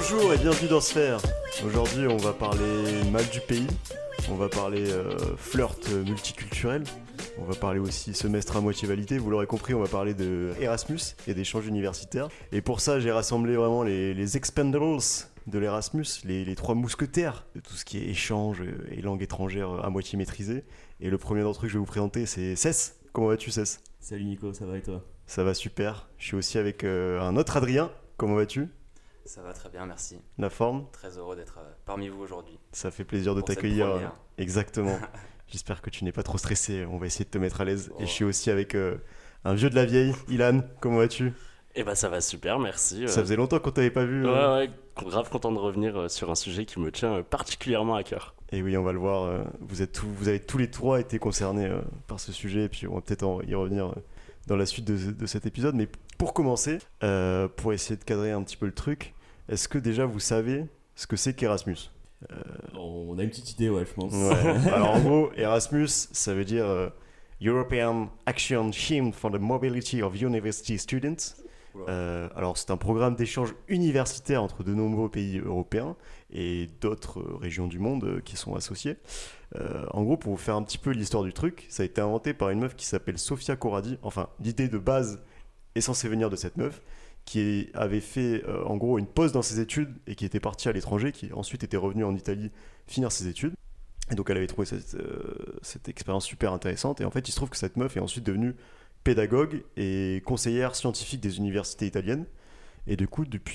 Bonjour et bienvenue dans Sphère. Aujourd'hui, on va parler mal du pays, on va parler flirt multiculturel, on va parler aussi semestre à moitié validé. Vous l'aurez compris, on va parler de Erasmus et d'échanges universitaires. Et pour ça, j'ai rassemblé vraiment les expendables de l'Erasmus, les trois mousquetaires de tout ce qui est échange et langue étrangère à moitié maîtrisée. Et le premier d'entre eux que je vais vous présenter, c'est Cess. Comment vas-tu, Cess ? Salut Nico, ça va et toi ? Ça va super. Je suis aussi avec un autre Adrien. Comment vas-tu ? Ça va très bien, merci. La forme ? Très heureux d'être parmi vous aujourd'hui. Ça fait plaisir de Pour cette t'accueillir. première. Exactement. J'espère que tu n'es pas trop stressé. On va essayer de te mettre à l'aise. Oh. Et je suis aussi avec un vieux de la vieille, Ilan. Comment vas-tu ? Eh ben ça va super, merci. Ça faisait longtemps qu'on t'avait pas vu. Ouais, grave content de revenir sur un sujet qui me tient particulièrement à cœur. Et oui, on va le voir. Vous avez tous les trois été concernés par ce sujet. Et puis on va peut-être y revenir dans la suite de cet épisode. Mais pour commencer, pour essayer de cadrer un petit peu le truc, est-ce que déjà vous savez ce que c'est qu'Erasmus ? On a une petite idée, ouais, je pense. Ouais. Alors en gros, Erasmus, ça veut dire European Action Team for the Mobility of University Students. Alors c'est un programme d'échange universitaire entre de nombreux pays européens et d'autres régions du monde qui sont associés. En gros, pour vous faire un petit peu l'histoire du truc, ça a été inventé par une meuf qui s'appelle Sofia Corradi. Enfin, l'idée de base est censée venir de cette meuf qui avait fait en gros une pause dans ses études et qui était partie à l'étranger, qui ensuite était revenue en Italie finir ses études. Et donc elle avait trouvé cette expérience super intéressante. Et en fait, il se trouve que cette meuf est ensuite devenue pédagogue et conseillère scientifique des universités italiennes. Et du coup, depuis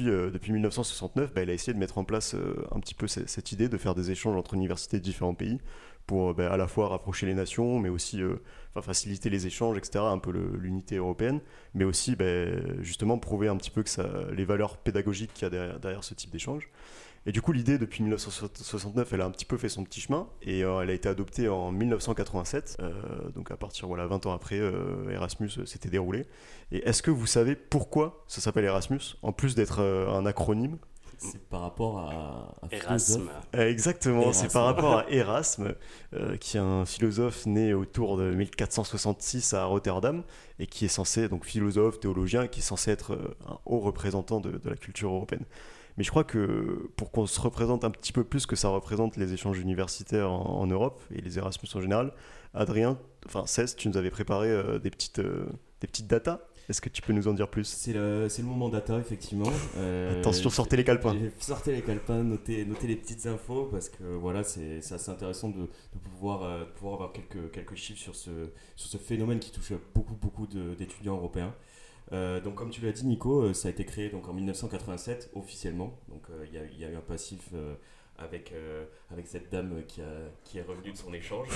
1969, elle a essayé de mettre en place un petit peu cette idée de faire des échanges entre universités de différents pays pour à la fois rapprocher les nations, mais aussi faciliter les échanges, etc., un peu l'unité européenne, mais aussi justement prouver un petit peu que les valeurs pédagogiques qu'il y a derrière ce type d'échange. Et du coup, l'idée, depuis 1969, elle a un petit peu fait son petit chemin, et elle a été adoptée en 1987, donc à partir, 20 ans après, Erasmus s'était déroulé. Et est-ce que vous savez pourquoi ça s'appelle Erasmus, en plus d'être un acronyme ? C'est par rapport à Erasme. Exactement, Erasme. c'est par rapport à Erasme, qui est un philosophe né autour de 1466 à Rotterdam, et qui est censé, donc philosophe, théologien, qui est censé être un haut représentant de la culture européenne. Mais je crois que pour qu'on se représente un petit peu plus que ça représente les échanges universitaires en Europe, et les Erasmus en général, Adrien, Cess, tu nous avais préparé des petites datas. Est-ce que tu peux nous en dire plus ? C'est le moment data, effectivement. Attention, sortez les calepins. Sortez les calepins, notez les petites infos, parce que voilà, c'est assez intéressant de pouvoir avoir quelques chiffres sur ce phénomène qui touche beaucoup d'étudiants européens. Donc comme tu l'as dit Nico, ça a été créé donc en 1987 officiellement. Donc il y a eu un passif avec cette dame qui est revenue de son échange.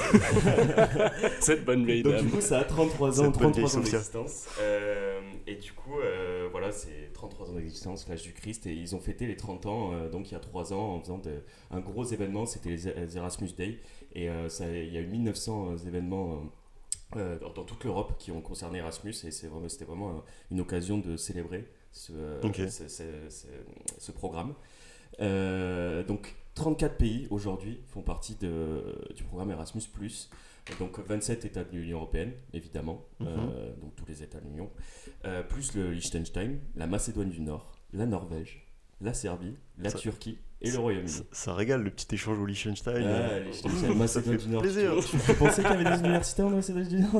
Cette bonne vieille Donc dame. du coup ça a 33 ans Cette bonne vieille d'existence. Et du coup voilà, c'est 33 ans d'existence, l'âge du Christ, et ils ont fêté les 30 ans donc il y a 3 ans en faisant un gros événement, c'était les Erasmus Day. Et il y a eu 1900 événements dans toute l'Europe qui ont concerné Erasmus, et c'était vraiment une occasion de célébrer ce programme. Donc 34 pays aujourd'hui font partie du programme Erasmus+. Donc 27 États de l'Union Européenne, évidemment, donc tous les États de l'Union, plus le Liechtenstein, la Macédoine du Nord, la Norvège, la Serbie, la Turquie et le Royaume-Uni. Ça régale le petit échange au Liechtenstein. Liechtenstein, Macédoine du Nord. plaisir. Tu pensais qu'il y avait des universités en Macédoine du Nord ?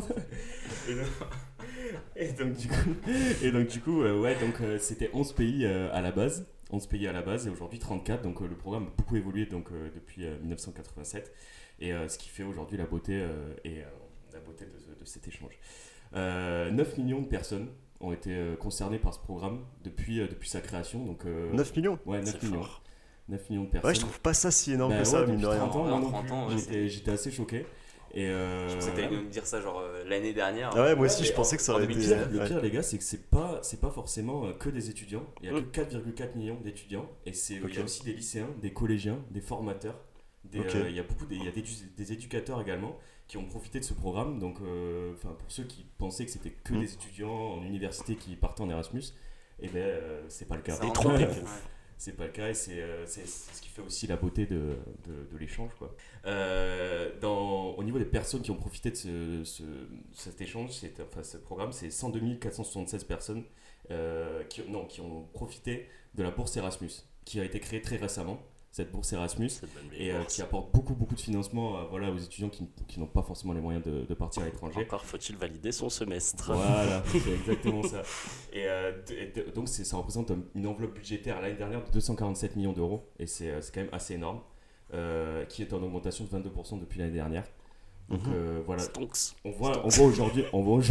Et donc du coup, c'était 11 pays à la base. 11 pays à la base et aujourd'hui 34. Donc le programme a beaucoup évolué depuis 1987. Et ce qui fait aujourd'hui la beauté de cet échange. 9 millions de personnes ont été concernées par ce programme depuis sa création. Donc, 9 millions ? Ouais, 9 C'est millions. fort. 9 millions de personnes. Ouais, je trouve pas ça si énorme Bah que ça, ouais, mine de depuis rien. 30 ans, moi non 30 ans, plus. ouais, J'étais assez choqué. Et Je pensais que tu allais nous dire ça genre l'année dernière. Ah ouais, moi aussi je pensais que ça aurait Le été. pire, les gars, c'est que c'est pas forcément que des étudiants. Il y a que 4,4 millions d'étudiants. Et il y a aussi des lycéens, des collégiens, des formateurs. Il y a des éducateurs également qui ont profité de ce programme. Donc, pour ceux qui pensaient que c'était que des étudiants en université qui partaient en Erasmus, c'est pas le cas. C'est pas le cas, et c'est ce qui fait aussi la beauté de l'échange, quoi. Au niveau des personnes qui ont profité de cet échange, ce programme, c'est 102 476 personnes qui ont profité de la bourse Erasmus, qui a été créée très récemment, cette bourse Erasmus, Cette bonne et bourse. qui apporte beaucoup de financement aux étudiants qui n'ont pas forcément les moyens de partir à l'étranger. Encore faut-il valider son semestre. Voilà, c'est exactement ça. Donc ça représente une enveloppe budgétaire l'année dernière de 247 millions d'euros, et c'est quand même assez énorme, qui est en augmentation de 22% depuis l'année dernière. Donc voilà, Stonks. on voit aujourd'hui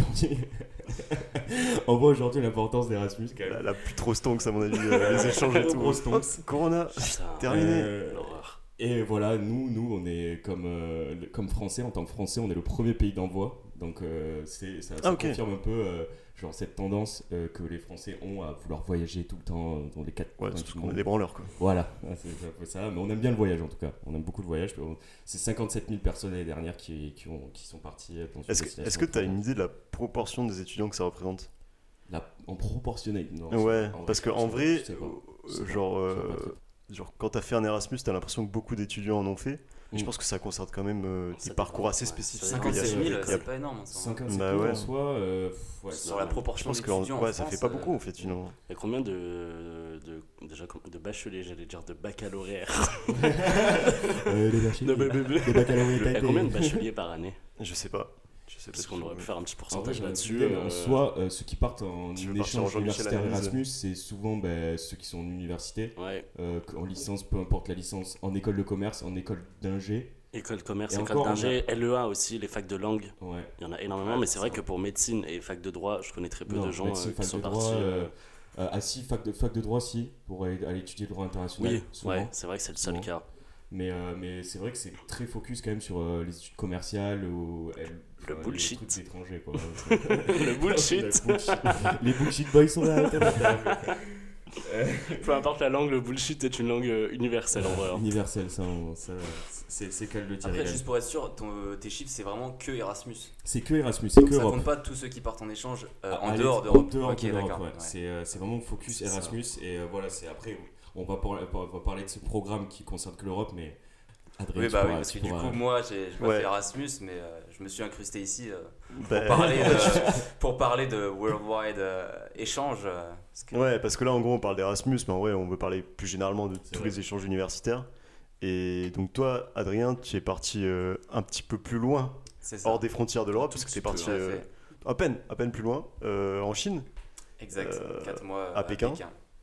on voit aujourd'hui l'importance d'Erasmus quand même. La plus trop stonks à mon avis, les échanges et tout. Gros stonks. Hop, Corona, Putain, terminé. l'horreur. Et voilà, nous on est comme Français, en tant que Français, on est le premier pays d'envoi. Donc ça ok. confirme un peu genre cette tendance que les Français ont à vouloir voyager tout le temps dans les quatre Ouais, coins parce du qu'on est monde. des branleurs quoi. Voilà, c'est un peu ça. Mais on aime bien le voyage en tout cas. On aime beaucoup le voyage. C'est 57 000 personnes l'année dernière qui sont parties dans une destination. Est-ce que tu as une idée de la proportion des étudiants que ça représente? En proportionnel, non. Ouais, parce qu'en vrai, je sais pas. genre quand t'as fait un Erasmus, t'as l'impression que beaucoup d'étudiants en ont fait. Et je Mm. pense que ça concerne quand même Ça des parcours dépend, assez ouais. spécifiques. Ça dépend. Il y a- 57 000, il y a- c'est pas énorme. Ça. 57 Bah 000 ouais. en soi, ouais, Sur la Je proportion pense que d'étudiants en ouais, ça fait France, pas beaucoup en fait. Sinon. Il y a combien de bacheliers, j'allais dire de baccalauréats les baccalauréats. Il y a combien de bacheliers par année? Je sais pas. Parce qu'on aurait pu faire un petit En vrai, pourcentage j'en ai là-dessus. aucune idée, mais en soi, ceux qui partent en Tu veux partir en échange Jean-Michel universitaire Analyse. Erasmus, c'est souvent ceux qui sont en université, Ouais, en licence, peu importe la licence, en école de commerce, en école d'ingé. école de commerce, Et école encore, d'ingé, LEA aussi, les facs de langue. Ouais. Il y en a énormément, Ouais, mais c'est vrai ça. que pour médecine et fac de droit, je connais très peu Non, de gens médecine, qui fac sont de partis. droit, si, fac de droit, si, pour aller étudier le droit international. Oui, souvent. ouais, c'est vrai que c'est le seul Souvent. cas. Mais c'est vrai que c'est très focus quand même sur les études commerciales ou Le bullshit. les trucs d'étrangers, quoi. Le bullshit. Le bullshit. Les bullshit boys sont là. Peu importe la langue, le bullshit est une langue universelle en vrai. Hein. Universel, ça c'est qu'elle le dire. Après, juste pour être sûr, tes chiffres, c'est vraiment que Erasmus. C'est que Erasmus, c'est que Ça Europe. compte pas tous ceux qui partent en échange en Allez, dehors en d'Europe. dehors Ok, de l'Europe, d'accord. ouais. Ouais. C'est vraiment focus C'est ça. Erasmus. Et voilà, c'est après, on va parler de ce programme qui concerne que l'Europe, mais Adrien, Oui, tu bah oui, pourras- parce tu que du pourras- coup, moi, j'ai pas Ouais. fait Erasmus, mais je me suis incrusté ici Bah, pour parler de worldwide échange. Parce que- Ouais, parce que là, en gros, on parle d'Erasmus, mais en vrai, on veut parler plus généralement de tous vrai. les échanges universitaires. Et donc, toi, Adrien, tu es parti un petit peu plus loin, C'est ça. hors des frontières de l'Europe, parce que tu es Tout parti à fait. à peine plus loin, en Chine. Exact. 4 mois à Pékin.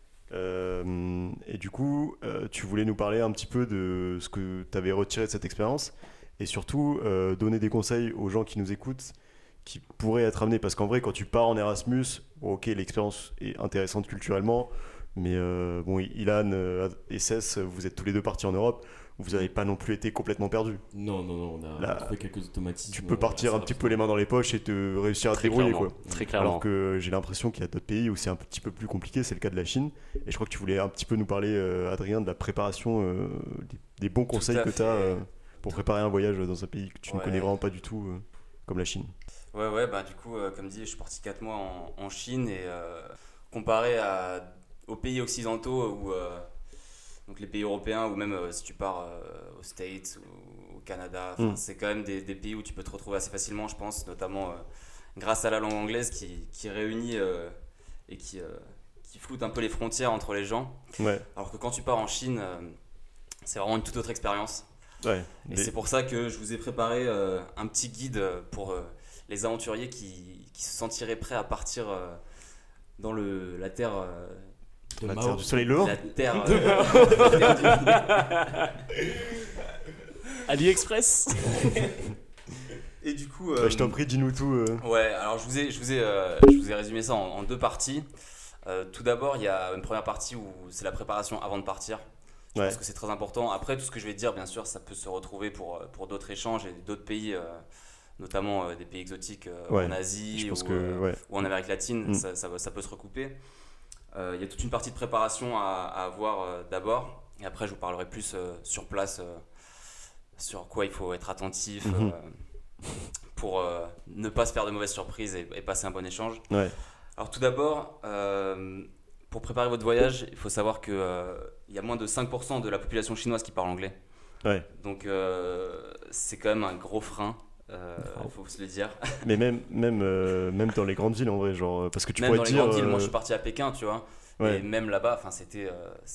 Et du coup, tu voulais nous parler un petit peu de ce que tu avais retiré de cette expérience et surtout donner des conseils aux gens qui nous écoutent qui pourraient être amenés. Parce qu'en vrai, quand tu pars en Erasmus, bon, ok, l'expérience est intéressante culturellement, mais bon, Ilan et Cess, vous êtes tous les deux partis en Europe, vous n'avez pas non plus été complètement perdus. Non, on a Là, trouvé quelques automatismes. Tu peux partir un petit peu les mains dans les poches et te réussir à te Très débrouiller, clairement. quoi. Très clairement. Alors que j'ai l'impression qu'il y a d'autres pays où c'est un petit peu plus compliqué, c'est le cas de la Chine. Et je crois que tu voulais un petit peu nous parler, Adrien, de la préparation, des bons conseils à que tu as fait. pour préparer un voyage dans un pays que tu ne Ouais. connais vraiment pas du tout, comme la Chine. Ouais, bah du coup, comme dit, je suis parti 4 mois en Chine et comparé aux pays occidentaux ou donc les pays européens ou même si tu pars aux States ou au Canada, c'est quand même des pays où tu peux te retrouver assez facilement, je pense, notamment grâce à la langue anglaise qui réunit et qui floute un peu les frontières entre les gens. Ouais, Alors que quand tu pars en Chine, c'est vraiment une toute autre expérience. ouais. Et c'est pour ça que je vous ai préparé un petit guide pour les aventuriers qui se sentiraient prêts à partir dans la terre. La terre du soleil levant. La terre. AliExpress. Et du coup. Bah, je t'en prie, dis-nous tout. Ouais, alors je vous ai résumé ça en 2 parties. Tout d'abord, il y a une première partie où c'est la préparation avant de partir. Je Ouais. pense que c'est très important. Après, tout ce que je vais dire, bien sûr, ça peut se retrouver pour d'autres échanges et d'autres pays, notamment des pays exotiques Ouais, en Asie Je pense ou, que, ouais. ou en Amérique latine. Mm. Ça peut se recouper. Il y a toute une partie de préparation à avoir d'abord. Et après, je vous parlerai plus sur place sur quoi il faut être attentif Mhm. pour ne pas se faire de mauvaises surprises et passer un bon échange. Ouais. Alors tout d'abord, pour préparer votre voyage, il faut savoir qu'il y a moins de 5% de la population chinoise qui parle anglais. Ouais. Donc c'est quand même un gros frein, faut se le dire. Mais même dans les grandes villes, en vrai, genre, parce que tu Même pourrais dans te les dire. grandes villes, moi je suis parti à Pékin, tu vois, Ouais. et même là-bas, c'était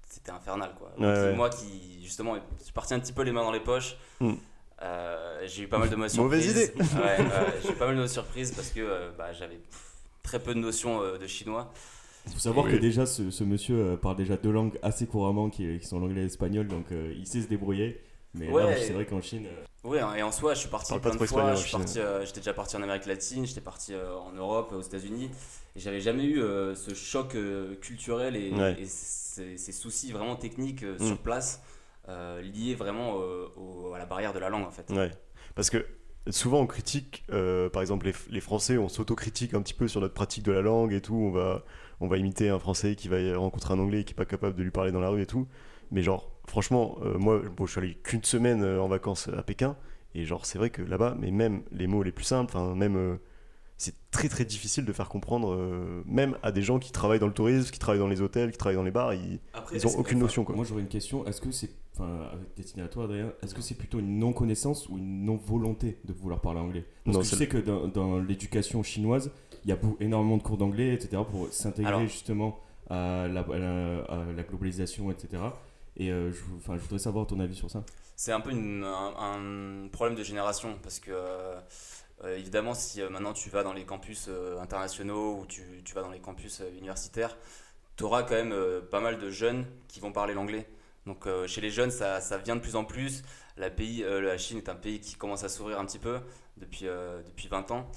c'était infernal, quoi. Ouais. Moi qui, justement, je suis parti un petit peu les mains dans les poches. J'ai eu pas mal de mauvaises Mauvaise surprises. idée. J'ai eu pas mal de mauvaises surprises parce que j'avais très peu de notions de chinois. Il faut savoir que déjà ce monsieur parle déjà 2 langues assez couramment qui sont l'anglais et l'espagnol, donc il sait se débrouiller. Mais là, c'est vrai qu'en Chine. Ouais, et en soi, je suis parti plein de fois. J'étais déjà parti en Amérique latine, j'étais parti en Europe, aux États-Unis. Et j'avais jamais eu ce choc culturel et ces soucis vraiment techniques sur place, liés vraiment à la barrière de la langue, en fait. Ouais, parce que souvent on critique, par exemple les Français, on s'autocritique un petit peu sur notre pratique de la langue et tout. On va imiter un Français qui va rencontrer un Anglais qui n'est pas capable de lui parler dans la rue et tout. Mais genre, franchement, moi, je suis allé qu'une semaine en vacances à Pékin, et genre, c'est vrai que là-bas, mais même les mots les plus simples, c'est très très difficile de faire comprendre, même à des gens qui travaillent dans le tourisme, qui travaillent dans les hôtels, qui travaillent dans les bars, ils ont aucune notion, quoi. Moi, j'aurais une question. Est-ce que c'est, destiné à toi, Adrien, est-ce que c'est plutôt une non-connaissance ou une non-volonté de vouloir parler anglais? Parce que je sais que dans l'éducation chinoise, il y a énormément de cours d'anglais, etc., pour s'intégrer justement à la globalisation, etc. Et je voudrais savoir ton avis sur ça. C'est un peu un problème de génération parce que évidemment si maintenant tu vas dans les campus internationaux ou tu vas dans les campus universitaires, tu auras quand même pas mal de jeunes qui vont parler l'anglais. Donc chez les jeunes ça vient de plus en plus. La Chine est un pays qui commence à s'ouvrir un petit peu depuis 20 ans.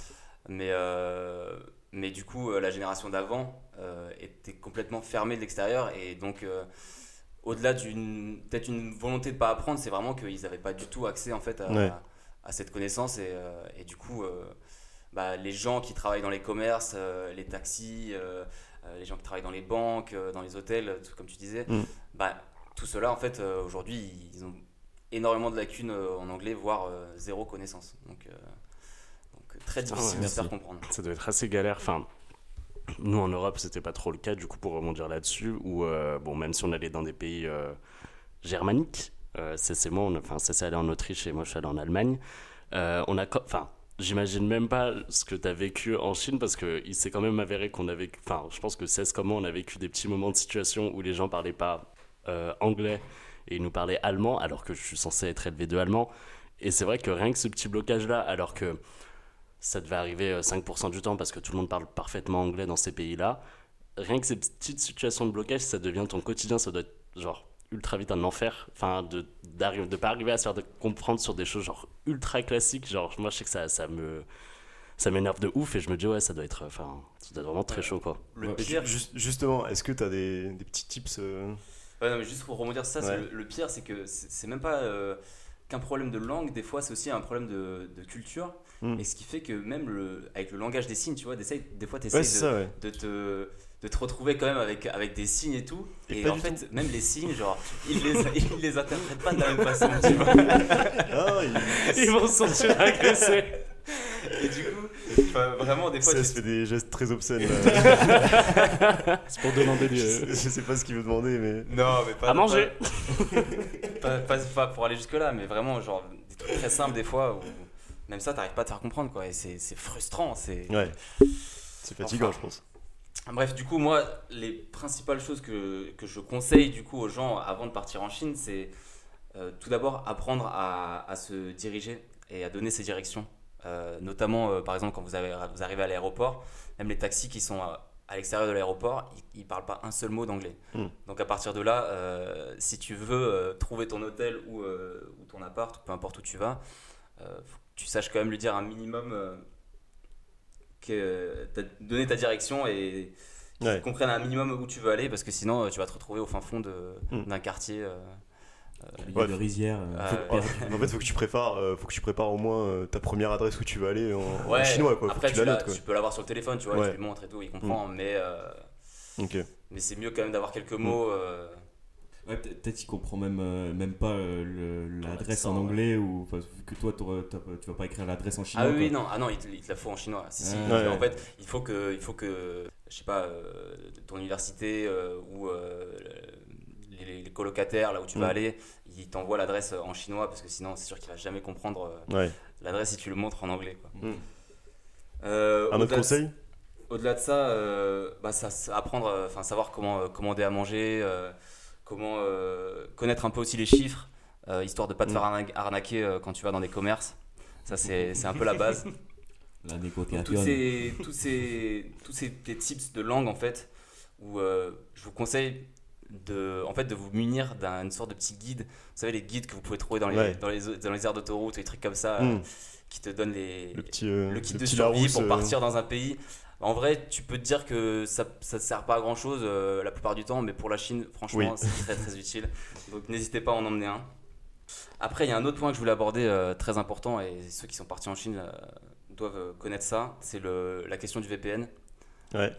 Mais du coup la génération d'avant était complètement fermée de l'extérieur et donc au-delà peut-être une volonté de pas apprendre, c'est vraiment qu'ils n'avaient pas du tout accès en fait à cette connaissance et du coup les gens qui travaillent dans les commerces, les taxis, les gens qui travaillent dans les banques, dans les hôtels, comme tu disais, tout cela en fait aujourd'hui ils ont énormément de lacunes en anglais, voire zéro connaissance. Donc très difficile de se faire comprendre. Ça doit être assez galère. Enfin, nous en Europe c'était pas trop le cas, du coup, pour rebondir là-dessus, où même si on allait dans des pays germaniques, c'est allé en Autriche et moi je suis allé en Allemagne, j'imagine même pas ce que tu as vécu en Chine, parce qu'il s'est quand même avéré qu'on a vécu, je pense que c'est comment on a vécu des petits moments de situation où les gens parlaient pas anglais et ils nous parlaient allemand, alors que je suis censé être élevé de allemand. Et c'est vrai que rien que ce petit blocage là, alors que ça devait arriver 5% du temps parce que tout le monde parle parfaitement anglais dans ces pays-là. Rien que ces petites situations de blocage, ça devient ton quotidien, ça doit être genre ultra vite un enfer. Enfin, de pas arriver à se faire comprendre sur des choses genre ultra classiques. Genre, moi, je sais que ça m'énerve de ouf et je me dis, ouais, ça doit être vraiment très chaud, quoi. Le pire, Justement, est-ce que tu as des petits tips non, mais juste pour rebondir sur ça, le pire, c'est que c'est même pas qu'un problème de langue, des fois, c'est aussi un problème de culture. Et ce qui fait que même avec le langage des signes, tu vois, des fois, tu essaies de te retrouver quand même avec des signes et tout. Et en fait, même les signes, genre, ils les interprètent pas de la même façon, tu vois. Ils vont se sentir agressés. Et du coup, vraiment, des fois. Ça se fait des gestes très obscènes. C'est pour demander des. Je sais pas ce qu'il veut demander, mais. Non, mais pas. À manger. Pas pour aller jusque-là, mais vraiment, genre, des trucs très simples des fois où même ça, t'arrives pas à te faire comprendre, quoi. Et c'est frustrant. Ouais. C'est fatigant, je pense. Bref, du coup, moi, les principales choses que je conseille du coup aux gens avant de partir en Chine, c'est tout d'abord apprendre à se diriger et à donner ses directions. Notamment, par exemple, quand vous arrivez à l'aéroport, même les taxis qui sont à l'extérieur de l'aéroport, ils parlent pas un seul mot d'anglais. Donc à partir de là, si tu veux trouver ton hôtel ou ton appart, peu importe où tu vas, faut que tu saches quand même lui dire un minimum que t'as donné ta direction et qu'ils comprennent un minimum où tu veux aller, parce que sinon tu vas te retrouver au fin fond d'un quartier de rizière. En fait, faut que tu prépares au moins ta première adresse où tu vas aller en chinois, quoi. Après, faut que tu la notes, quoi. Tu peux l'avoir sur le téléphone, tu vois, tu lui montres et tout, il comprend, mais c'est mieux quand même d'avoir quelques mots. Peut-être qu'il comprend même pas l'adresse en anglais, ou vu que toi tu vas pas écrire l'adresse en chinois. Il te la faut en chinois. En fait, il faut que je sais pas, ton université ou les colocataires là où tu vas aller, ils t'envoient l'adresse en chinois, parce que sinon c'est sûr qu'il va jamais comprendre l'adresse si tu le montres en anglais, quoi. Un autre conseil? Au-delà de ça, apprendre, savoir comment commander à manger, connaître un peu aussi les chiffres, histoire de pas te faire arnaquer quand tu vas dans des commerces. Ça, c'est un peu la base. La Donc, négociation. tous ces tips de langue, en fait, où je vous conseille de vous munir d'une sorte de petit guide. Vous savez, les guides que vous pouvez trouver dans les aires d'autoroute, des trucs comme ça, qui te donnent le kit de survie pour partir dans un pays. En vrai, tu peux te dire que ça ne sert pas à grand chose la plupart du temps, mais pour la Chine, franchement, c'est très très utile. Donc n'hésitez pas à en emmener un. Après, il y a un autre point que je voulais aborder très important, et ceux qui sont partis en Chine doivent connaître ça, c'est la question du VPN. Ouais.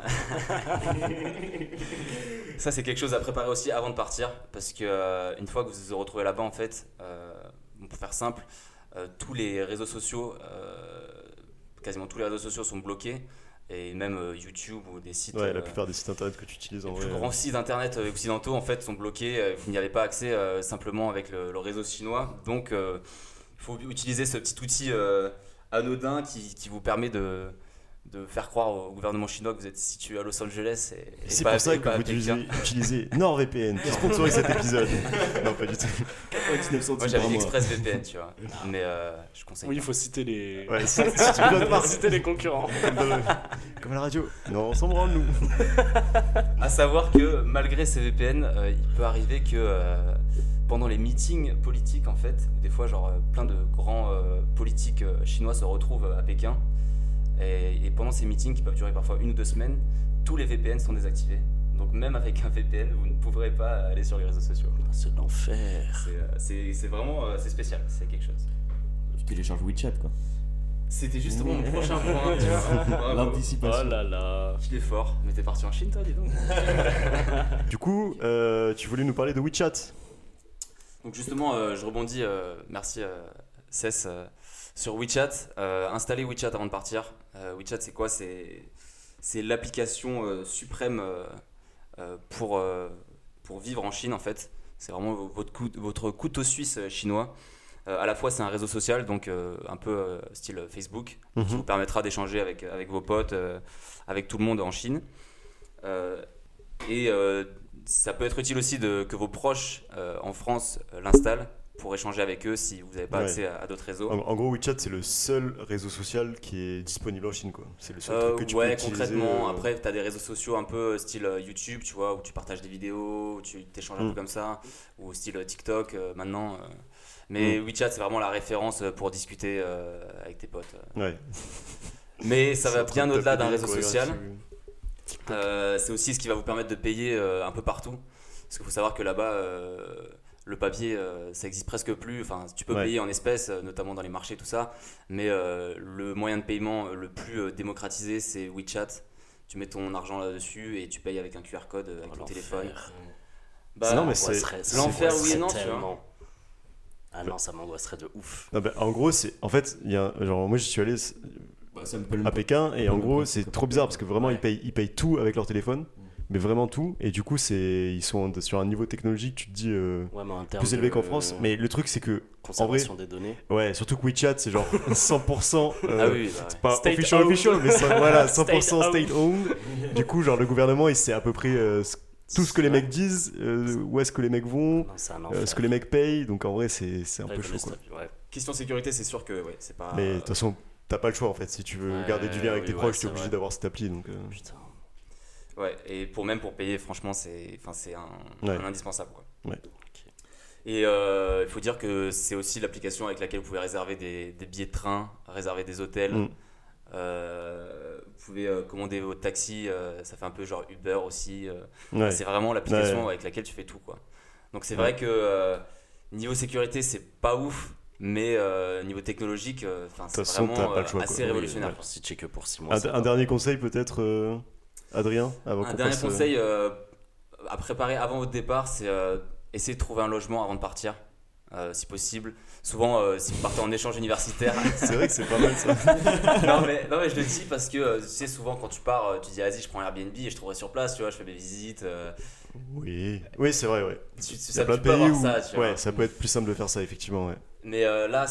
Ça, c'est quelque chose à préparer aussi avant de partir, parce que une fois que vous vous retrouvez là-bas, en fait, pour faire simple, tous les réseaux sociaux, quasiment tous les réseaux sociaux sont bloqués, et même YouTube ou des sites. Ouais, la plupart des sites internet que tu utilises en vrai. Les plus grands sites internet occidentaux en fait sont bloqués. Vous n'y avez pas accès simplement avec le réseau chinois. Donc, il faut utiliser ce petit outil anodin qui vous permet de faire croire au gouvernement chinois que vous êtes situé à Los Angeles. Et c'est pas, pour ça et que pas vous à Pékin. utilisez NordVPN qui sponsorise cet épisode. Non, pas du tout. 99 centimes Moi j'avais par mois. ExpressVPN, tu vois. Mais je conseille. Oui, il pas. faut citer les. Ouais, si tu dois pas citer les concurrents. comme à la radio. Non, on s'en branle, nous. À savoir que malgré ces VPN, il peut arriver que pendant les meetings politiques, en fait, des fois, plein de grands politiques chinois se retrouvent à Pékin. Et pendant ces meetings qui peuvent durer parfois 1 ou 2 semaines, tous les VPN sont désactivés. Donc même avec un VPN, vous ne pourrez pas aller sur les réseaux sociaux. C'est l'enfer. C'est vraiment c'est spécial, c'est quelque chose. Tu télécharges WeChat, quoi. C'était justement mon prochain point. Tu vois. Bravo. L'anticipation. Oh là là. Il est fort. Mais t'es parti en Chine, toi, dis donc. Du coup, tu voulais nous parler de WeChat. Donc justement, je rebondis, merci Cess, sur WeChat. Installez WeChat avant de partir. WeChat, c'est quoi ? C'est l'application suprême pour vivre en Chine, en fait. C'est vraiment votre couteau suisse chinois. À la fois, c'est un réseau social, donc un peu style Facebook, qui vous permettra d'échanger avec vos potes, avec tout le monde en Chine. Ça peut être utile aussi que vos proches en France l'installent pour échanger avec eux si vous n'avez pas accès à d'autres réseaux. En gros, WeChat, c'est le seul réseau social qui est disponible en Chine, quoi. C'est le seul truc que tu peux utiliser. Concrètement. Après, tu as des réseaux sociaux un peu style YouTube, tu vois, où tu partages des vidéos, où tu t'échanges un peu comme ça, ou style TikTok maintenant. Mais WeChat, c'est vraiment la référence pour discuter avec tes potes. Ouais. Mais ça va C'est bien en train de au-delà d'un taper réseau des social. chorégraphies. C'est aussi ce qui va vous permettre de payer un peu partout. Parce qu'il faut savoir que là-bas, le papier, ça existe presque plus. Enfin, tu peux payer en espèces, notamment dans les marchés, tout ça. Mais le moyen de paiement le plus démocratisé, c'est WeChat. Tu mets ton argent là-dessus et tu payes avec un QR code avec ton téléphone. Non, mais l'enfer, oui et non, tu vois. Ah non, ça m'angoisserait de ouf. Non, en gros, en fait, moi j'y suis allé à Pékin et en gros, c'est trop bizarre parce que vraiment, ils payent tout avec leur téléphone. Mais vraiment tout, et du coup ils sont sur un niveau technologique, tu te dis plus élevé qu'en France. Mais le truc c'est que conservation en vrai, des données. Ouais, surtout que WeChat c'est genre 100% c'est pas State official mais voilà 100% State state owned. Du coup genre le gouvernement il sait à peu près tout ce que les mecs disent, où est-ce que les mecs vont, ce que les mecs payent, donc en vrai c'est un peu chaud quoi. Question sécurité, c'est sûr que c'est pas. Mais de toute façon t'as pas le choix en fait, si tu veux garder du lien avec tes proches t'es obligé d'avoir cette appli donc. Putain. Ouais, et pour payer, franchement, c'est un indispensable, quoi. Ouais. Et il faut dire que c'est aussi l'application avec laquelle vous pouvez réserver des billets de train, réserver des hôtels. Vous pouvez commander vos taxis, ça fait un peu genre Uber aussi. C'est vraiment l'application avec laquelle tu fais tout, quoi. Donc c'est vrai que niveau sécurité, c'est pas ouf. Mais niveau technologique, c'est vraiment assez révolutionnaire. Si tu es que pour 6 mois. Un dernier conseil peut-être Adrien, avant un dernier conseil à préparer avant votre départ, c'est essayer de trouver un logement avant de partir, si possible. Souvent, si vous partez en échange universitaire. C'est vrai que c'est pas mal ça. non, mais je le dis parce que tu sais, souvent quand tu pars, tu dis vas-y, je prends Airbnb et je trouverai sur place, tu vois, je fais mes visites. Oui, c'est vrai, ouais. Ça peut avoir ça, tu vois. Ouais, ça peut être plus simple de faire ça, effectivement, ouais. Mais là,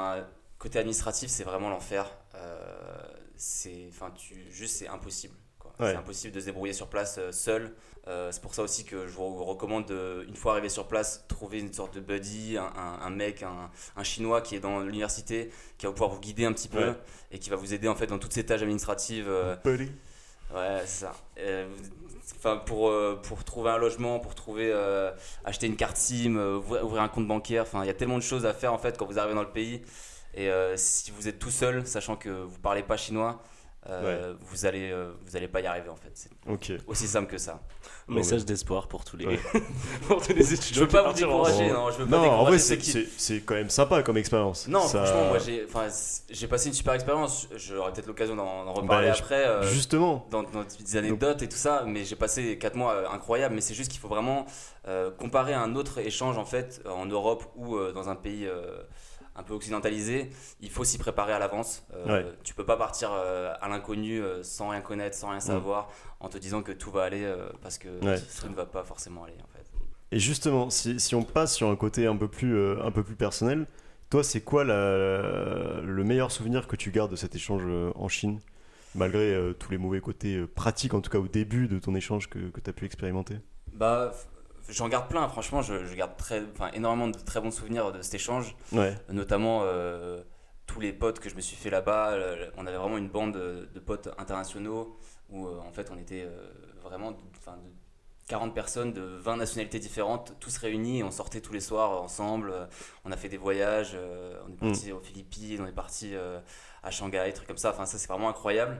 côté administratif, c'est vraiment l'enfer. C'est impossible. Quoi. C'est impossible de se débrouiller sur place seul. C'est pour ça aussi que je vous recommande, une fois arrivé sur place, trouver une sorte de buddy, un mec, un chinois qui est dans l'université, qui va pouvoir vous guider un petit peu et qui va vous aider en fait dans toutes ces tâches administratives. Buddy. Ouais, c'est ça. Pour trouver un logement, pour acheter une carte SIM, ouvrir un compte bancaire. Il y a tellement de choses à faire en fait quand vous arrivez dans le pays. Et si vous êtes tout seul, sachant que vous parlez pas chinois, vous allez pas y arriver en fait. C'est aussi simple que ça. Message d'espoir pour tous les pour tous les étudiants. Je veux pas vous décourager, non, je veux pas décourager. En vrai, c'est quand même sympa comme expérience. Non, franchement, moi j'ai passé une super expérience. J'aurai peut-être l'occasion d'en reparler après. Justement. Dans des anecdotes et tout ça, mais j'ai passé 4 mois incroyables. Mais c'est juste qu'il faut vraiment comparer à un autre échange en fait en Europe ou dans un pays un peu occidentalisé. Il faut s'y préparer à l'avance. Tu peux pas partir à l'inconnu sans rien connaître, sans rien savoir, en te disant que tout va aller parce que ça ne va pas forcément aller en fait. Et justement, si on passe sur un côté un peu plus personnel, toi, c'est quoi le meilleur souvenir que tu gardes de cet échange en Chine, malgré tous les mauvais côtés pratiques, en tout cas au début de ton échange que tu as pu expérimenter? J'en garde plein, franchement, je garde énormément de très bons souvenirs de cet échange, notamment tous les potes que je me suis fait là-bas. On avait vraiment une bande de potes internationaux où en fait on était vraiment de 40 personnes de 20 nationalités différentes, tous réunis, et on sortait tous les soirs ensemble. On a fait des voyages, on est parti aux Philippines, on est parti à Shanghai, trucs comme ça. Enfin, ça c'est vraiment incroyable.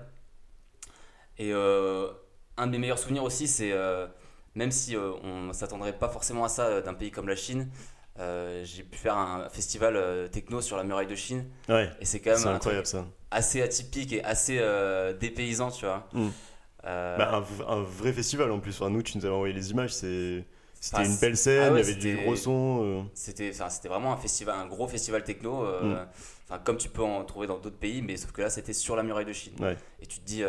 Et un de mes meilleurs souvenirs aussi, c'est même si on ne s'attendrait pas forcément à ça d'un pays comme la Chine, j'ai pu faire un festival techno sur la muraille de Chine. Et c'est quand même incroyable, ça. Assez atypique et assez dépaysant, tu vois. Un vrai festival en plus. Enfin, nous, tu nous avais envoyé les images. C'était une belle scène, il y avait du gros son. C'était vraiment un gros festival techno. Comme tu peux en trouver dans d'autres pays, mais sauf que là c'était sur la muraille de Chine. Et tu te dis,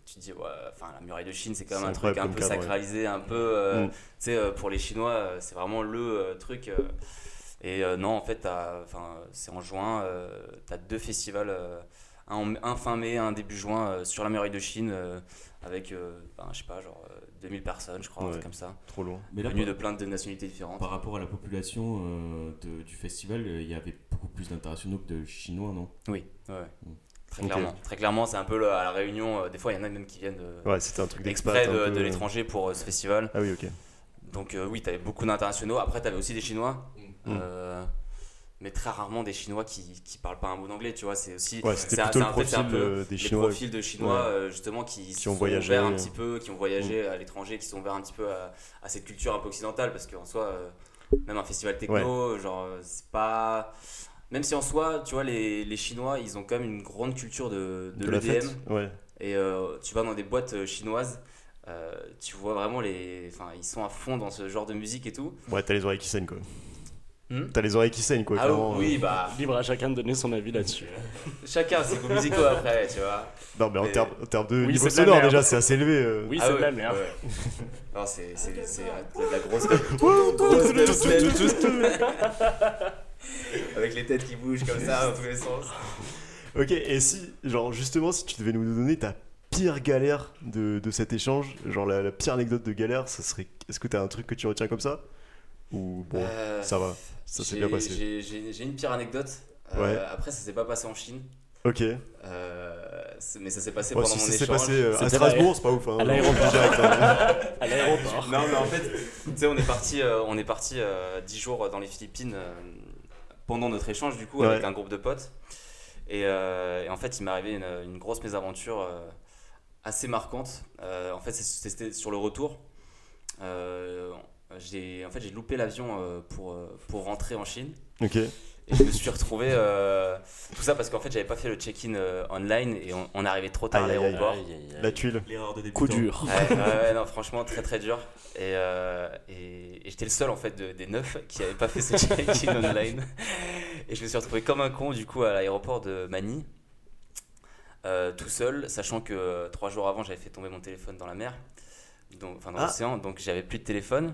la muraille de Chine c'est quand même un truc un peu sacralisé, un peu, pour les Chinois c'est vraiment le truc. Et non, en fait, c'est en juin, tu as 2 festivals, un fin mai, un début juin sur la muraille de Chine, avec, je sais pas, genre 2000 personnes, je crois, un truc comme ça. Trop loin. Mais là, de plein de nationalités différentes. Par rapport à la population du festival, il y avait beaucoup plus d'internationaux que de Chinois, non ? Oui, très clairement. Très clairement, c'est un peu à la Réunion. Des fois, il y en a même qui viennent c'était un truc exprès de l'étranger pour ce festival. Ah oui, ok. Donc oui, tu avais beaucoup d'internationaux. Après, tu avais aussi des Chinois. Mais très rarement des Chinois qui parlent pas un mot d'anglais, tu vois. C'est aussi c'était plutôt le profil des Chinois. Les profils de Chinois justement qui ont voyagé un petit peu, qui ont voyagé à l'étranger, qui sont ouverts un petit peu à cette culture un peu occidentale, parce qu'en soi même un festival techno, genre c'est pas, même si en soi, tu vois, les Chinois, ils ont quand même une grande culture de l'EDM. Et tu vas dans des boîtes chinoises, tu vois vraiment ils sont à fond dans ce genre de musique et tout. T'as les oreilles qui saignent quoi. T'as les oreilles qui saignent quoi. Oui, libre à chacun de donner son avis là-dessus. Chacun ses goûts musicaux après, tu vois. Non, mais en termes de niveau sonore déjà, c'est assez élevé. Oui, c'est de la merde. Non, c'est de la grosse. Avec les têtes qui bougent comme ça dans tous les sens. Ok, et si tu devais nous donner ta pire galère de cet échange, genre la pire anecdote de galère, ça serait, est-ce que t'as un truc que tu retiens comme ça? Ou bon, ça va, ça s'est bien passé. J'ai une pire anecdote. Après, ça s'est pas passé en Chine. Ok. Mais ça s'est passé pendant mon échange. Ça s'est passé à Strasbourg, c'est pas ouf. À l'aéroport. À l'aéroport. Non, mais en fait, tu sais, on est parti 10 jours dans les Philippines pendant notre échange, du coup, avec un groupe de potes. Et en fait, il m'est arrivé une grosse mésaventure assez marquante. En fait, c'était sur le retour. J'ai loupé l'avion pour rentrer en Chine. Ok. Et je me suis retrouvé tout ça parce qu'en fait j'avais pas fait le check-in online et on est arrivé trop tard à l'aéroport. La tuile. L'erreur de débutant. Coup dur. Non, franchement très très dur. Et j'étais le seul en fait des 9 qui avait pas fait ce check-in online. Et je me suis retrouvé comme un con du coup à l'aéroport de Manille, tout seul, sachant que 3 jours avant j'avais fait tomber mon téléphone dans la mer. Dans l'océan, donc j'avais plus de téléphone.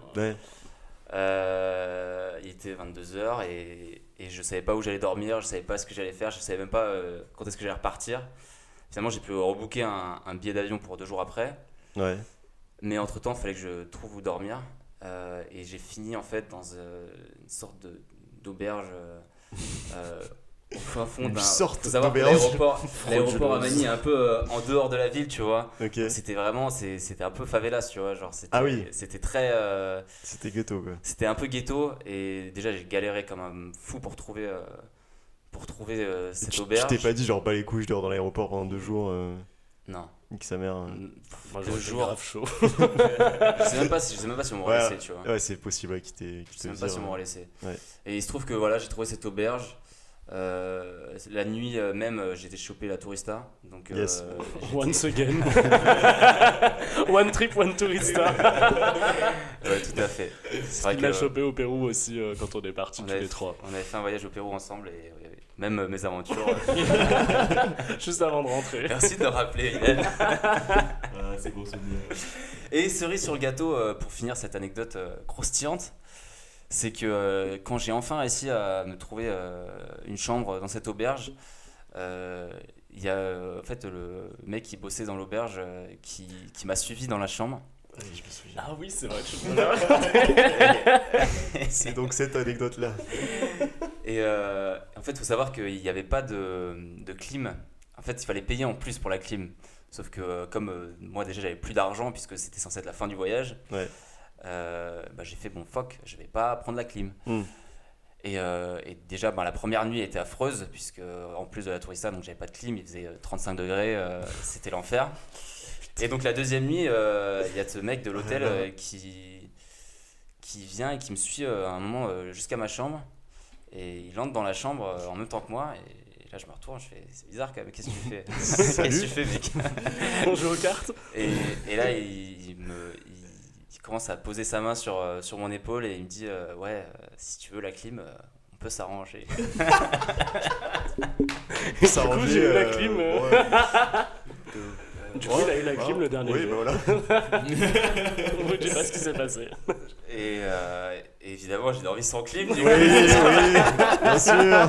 Il était 22h et je savais pas où j'allais dormir, je savais pas ce que j'allais faire, je savais même pas quand est-ce que j'allais repartir. Finalement, j'ai pu rebooker un billet d'avion pour 2 jours après. Ouais. Mais entre-temps, il fallait que je trouve où dormir. Et j'ai fini en fait dans une sorte d'auberge au fin fond Une d'un. sorte Faut savoir que d'auberge. l'aéroport à Manille est un peu en dehors de la ville, tu vois. Ok. Donc c'était vraiment, c'était un peu favelas, tu vois. Genre, Ah oui. C'était très. C'était ghetto, quoi. C'était un peu ghetto et déjà j'ai galéré comme un fou pour trouver cette Tu auberge. t'es pas dit, genre, bah les couilles, je dors dans l'aéroport pendant 2 jours, Non. nique sa mère. Moi, 2 j'aurais été jours. grave chaud. Je sais même pas si on m'aurait laissé, tu vois. Ouais, c'est possible qu'il t'ait Je sais même pas si on m'aurait laissé. Ouais. Et il se trouve que voilà, j'ai trouvé cette auberge. La nuit même, j'étais chopé la tourista. Donc, Yes. Once again. One trip, one tourista. Ouais, tout à fait. C'est vrai Il l'a que chopé au Pérou aussi quand on est partis on tous avait, les trois. on avait fait un voyage au Pérou ensemble et même mes aventures. Juste avant de rentrer. Merci de me rappeler, Hélène. C'est bon souvenir. Et cerise sur le gâteau, pour finir cette anecdote croustillante, c'est que quand j'ai enfin réussi à me trouver une chambre dans cette auberge, il y a en fait le mec qui bossait dans l'auberge qui m'a suivi dans la chambre. Ouais, je me souviens. Ah oui, c'est vrai, tu C'est donc cette anecdote-là. Et en fait, il faut savoir qu'il n'y avait pas de clim. En fait, il fallait payer en plus pour la clim. Sauf que comme moi déjà j'avais plus d'argent puisque c'était censé être la fin du voyage, Ouais. j'ai fait bon fuck, je vais pas prendre la clim. Mm. Et déjà la première nuit était affreuse puisque en plus de la tourista, donc j'avais pas de clim, il faisait 35 degrés, c'était l'enfer. Et donc la deuxième nuit, il y a ce mec de l'hôtel qui vient et qui me suit à un moment jusqu'à ma chambre. Et il entre dans la chambre en même temps que moi. Et là, je me retourne, je fais c'est bizarre quand même, qu'est-ce que tu fais? Qu'est-ce que tu fais, mec? On joue aux cartes. Et là, il commence à poser sa main sur mon épaule et il me dit si tu veux la clim, on peut s'arranger. Ça Du coup, rendait, j'ai eu la clim. ouais. Du coup, il a eu la clim le dernier Oui, jour. bah voilà. On vous dit pas ce qui s'est passé. Et évidemment, j'ai dormi sans clim. Du coup. Oui, bien sûr.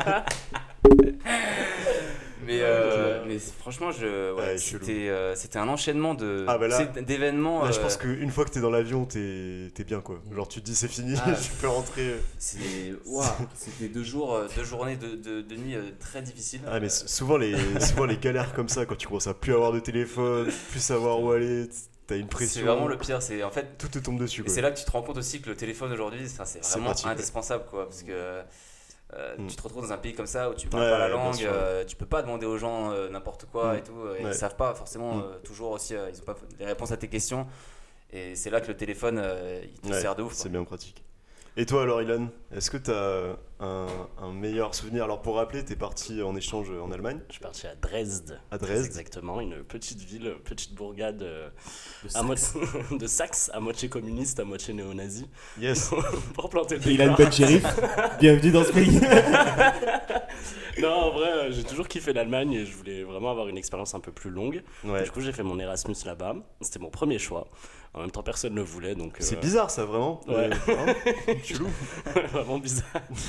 Mais franchement, chelou. c'était un enchaînement Ah, bah là- d'événements. Là, je pense qu'une fois que t'es dans l'avion, t'es bien, quoi. Genre, tu te dis, c'est fini, Ah. tu peux rentrer. C'était 2 journées de nuit très difficiles. Ah, mais souvent les galères comme ça, quand tu commences à plus avoir de téléphone, plus savoir où aller, t'as une pression. C'est vraiment le pire. C'est en fait. Tout te tombe dessus, Et quoi. c'est là que tu te rends compte aussi que le téléphone aujourd'hui, c'est vraiment pratique, ouais. indispensable, quoi, parce que tu te retrouves dans un pays comme ça où tu parles Ouais, pas la bien langue, sûr. Tu peux pas demander aux gens n'importe quoi et tout, et Ouais. ils savent pas forcément toujours aussi, ils ont pas les réponses à tes questions, et c'est là que le téléphone il te Ouais, sert de ouf, c'est quoi. bien pratique. Et toi alors, Ilan, est-ce que t'as un meilleur souvenir? Alors, pour rappeler, t'es parti en échange en Allemagne, Je suis parti à Dresde. à Dresde. Exactement, une petite ville, petite bourgade De de Saxe, à moitié communiste, à moitié néo-nazi, Yes. pour planter le Ilan décor. Ben Shérif, bienvenue dans ce pays. Non, en vrai, j'ai toujours kiffé l'Allemagne et je voulais vraiment avoir une expérience un peu plus longue. Ouais. Du coup, j'ai fait mon Erasmus là-bas. C'était mon premier choix. En même temps, personne ne le voulait, donc... C'est bizarre, ça, vraiment. Ouais. Chelou. Vraiment bizarre.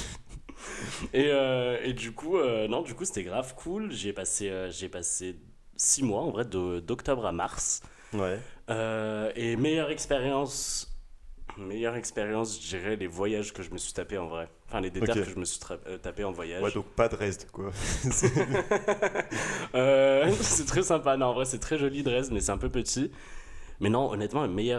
Et du coup, c'était grave cool. J'ai passé 6 mois, en vrai, d'octobre à mars. Ouais. Et meilleure expérience, je dirais les voyages que je me suis tapé en vrai. Enfin, les déterres Ok. que je me suis tapé en voyage. Ouais, donc pas Dresde, quoi. C'est très sympa. Non, en vrai, c'est très joli Dresde, mais c'est un peu petit. Mais non, honnêtement, les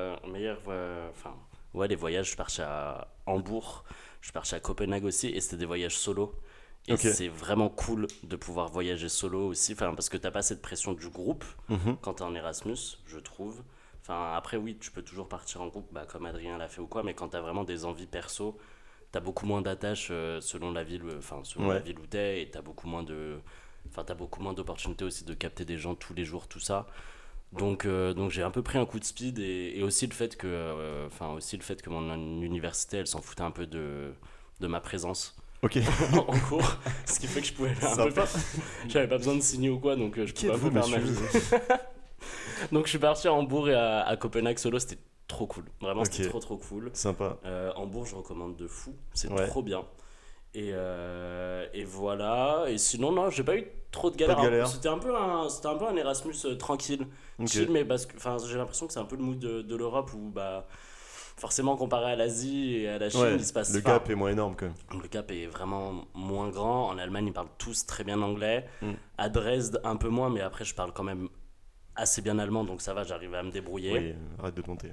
voyages, je suis parti à Hambourg, je suis parti à Copenhague aussi, et c'était des voyages solo. Et Ok. c'est vraiment cool de pouvoir voyager solo aussi, parce que t'as pas cette pression du groupe Mhm. quand t'es en Erasmus, je trouve. Enfin, après, oui, tu peux toujours partir en groupe, comme Adrien l'a fait ou quoi, mais quand t'as vraiment des envies perso, t'as beaucoup moins d'attaches selon la ville, Ouais. la ville où t'es, et t'as beaucoup moins d'opportunités aussi de capter des gens tous les jours, tout ça. Donc j'ai un peu pris un coup de speed et aussi le fait que mon université elle s'en foutait un peu de ma présence Ok. en cours, ce qui fait que je pouvais un peu Sympa. j'avais pas besoin de signer ou quoi, donc je Qui pouvais un peu êtes-vous, faire ma monsieur? vie. Donc je suis parti à Hambourg et à Copenhague solo, c'était trop cool, vraiment Ok. c'était trop cool. Sympa. Hambourg je recommande de fou, c'est Ouais. trop bien. Et voilà. Et sinon, non, j'ai pas eu trop de galères. Pas de galère. C'était un peu un Erasmus tranquille, chill, mais parce que j'ai l'impression que c'est un peu le mood de l'Europe où bah forcément comparé à l'Asie et à la Chine, il se passe. Le gap est moins énorme quand même. Le gap est vraiment moins grand. En Allemagne, ils parlent tous très bien anglais. À Dresde, un peu moins, mais après, je parle quand même assez bien allemand, donc ça va, j'arrive à me débrouiller. Oui, arrête de te monter.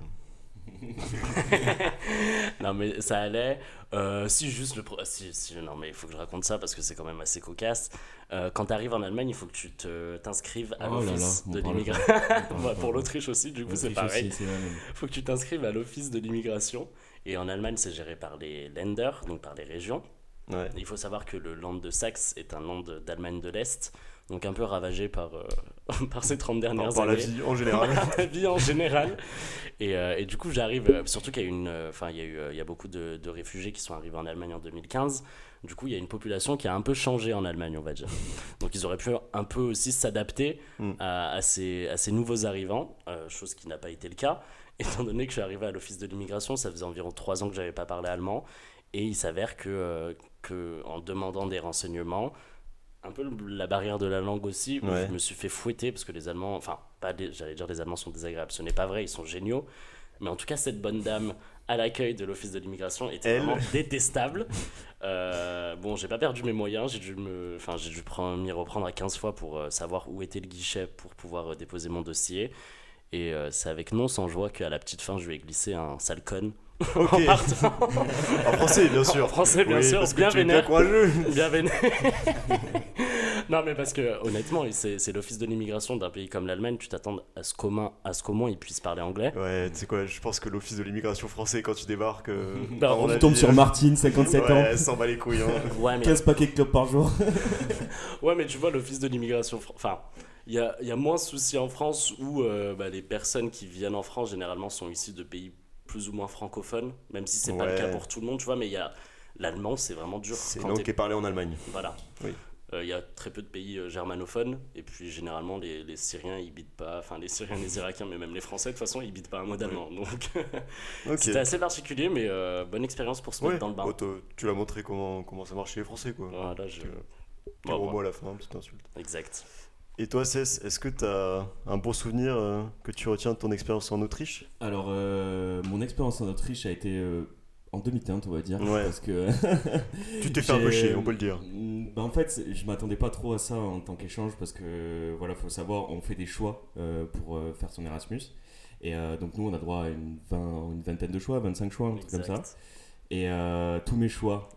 Non mais ça allait. Si juste non mais il faut que je raconte ça parce que c'est quand même assez cocasse. Quand tu arrives en Allemagne, il faut que tu t'inscrives à l'office de l'immigration. Pour l'Autriche aussi, du coup c'est pareil. Il faut que tu t'inscrives à l'office de l'immigration. Et en Allemagne, c'est géré par les Länder, donc par les régions. Ouais. Il faut savoir que le Land de Saxe est un land d'Allemagne de l'Est, donc un peu ravagé par ces 30 dernières années. Par la vie en général. La vie en général. Et du coup, j'arrive, surtout qu'il y a il y a beaucoup de réfugiés qui sont arrivés en Allemagne en 2015. Du coup, il y a une population qui a un peu changé en Allemagne, on va dire. Donc, ils auraient pu un peu aussi s'adapter à ces nouveaux arrivants, chose qui n'a pas été le cas. Étant donné que je suis arrivé à l'office de l'immigration, ça faisait environ 3 ans que je n'avais pas parlé allemand. Et il s'avère que en demandant des renseignements, un peu la barrière de la langue aussi, où je me suis fait fouetter parce que les Allemands, j'allais dire les Allemands sont désagréables, ce n'est pas vrai, ils sont géniaux. Mais en tout cas, cette bonne dame à l'accueil de l'office de l'immigration était vraiment détestable. Bon, j'ai pas perdu mes moyens, j'ai dû m'y reprendre à 15 fois pour savoir où était le guichet pour pouvoir déposer mon dossier. Et c'est avec non sans joie qu'à la petite fin, je lui ai glissé un sale con. Ok. En français, bien sûr. En français, bien sûr. Parce bien que tu es vénère. bien courageux. Bien vénère. Non, mais parce que honnêtement, c'est l'office de l'immigration d'un pays comme l'Allemagne. Tu t'attends à ce qu'au moins ils puissent parler anglais. Ouais, tu sais quoi, je pense que l'office de l'immigration français, quand tu débarques. On tombe sur Martine, 57 ans. Ouais, s'en bat les couilles. Hein. Ouais, mais... 15 paquets de clopes par jour. Ouais, mais tu vois, l'office de l'immigration. Enfin, il y a moins de soucis en France où les personnes qui viennent en France généralement sont issues de pays plus ou moins francophones, même si c'est pas le cas pour tout le monde, tu vois, mais l'allemand, c'est vraiment dur. C'est une langue qui est parlée en Allemagne. Voilà. Oui. Il y a très peu de pays germanophones, et puis généralement les Syriens ils bident pas, enfin les Syriens, les Irakiens, mais même les Français de toute façon ils bident pas un mot d'allemand. Donc c'était assez particulier, mais bonne expérience pour se mettre dans le bain. Tu l'as montré comment ça marche chez les Français, quoi. Voilà, gros mot à la fin, petite insulte. Exact. Et toi, Cess, est-ce que tu as un bon souvenir que tu retiens de ton expérience en Autriche ? Alors, mon expérience en Autriche a été en demi-teinte, on va dire. Ouais. Parce que tu t'es fait un peu chier, on peut le dire. En fait, je m'attendais pas trop à ça en tant qu'échange parce que, voilà, faut savoir, on fait des choix pour faire son Erasmus. Et donc, nous, on a droit à une vingtaine de choix, 25 choix, un truc comme ça. Et tous mes choix...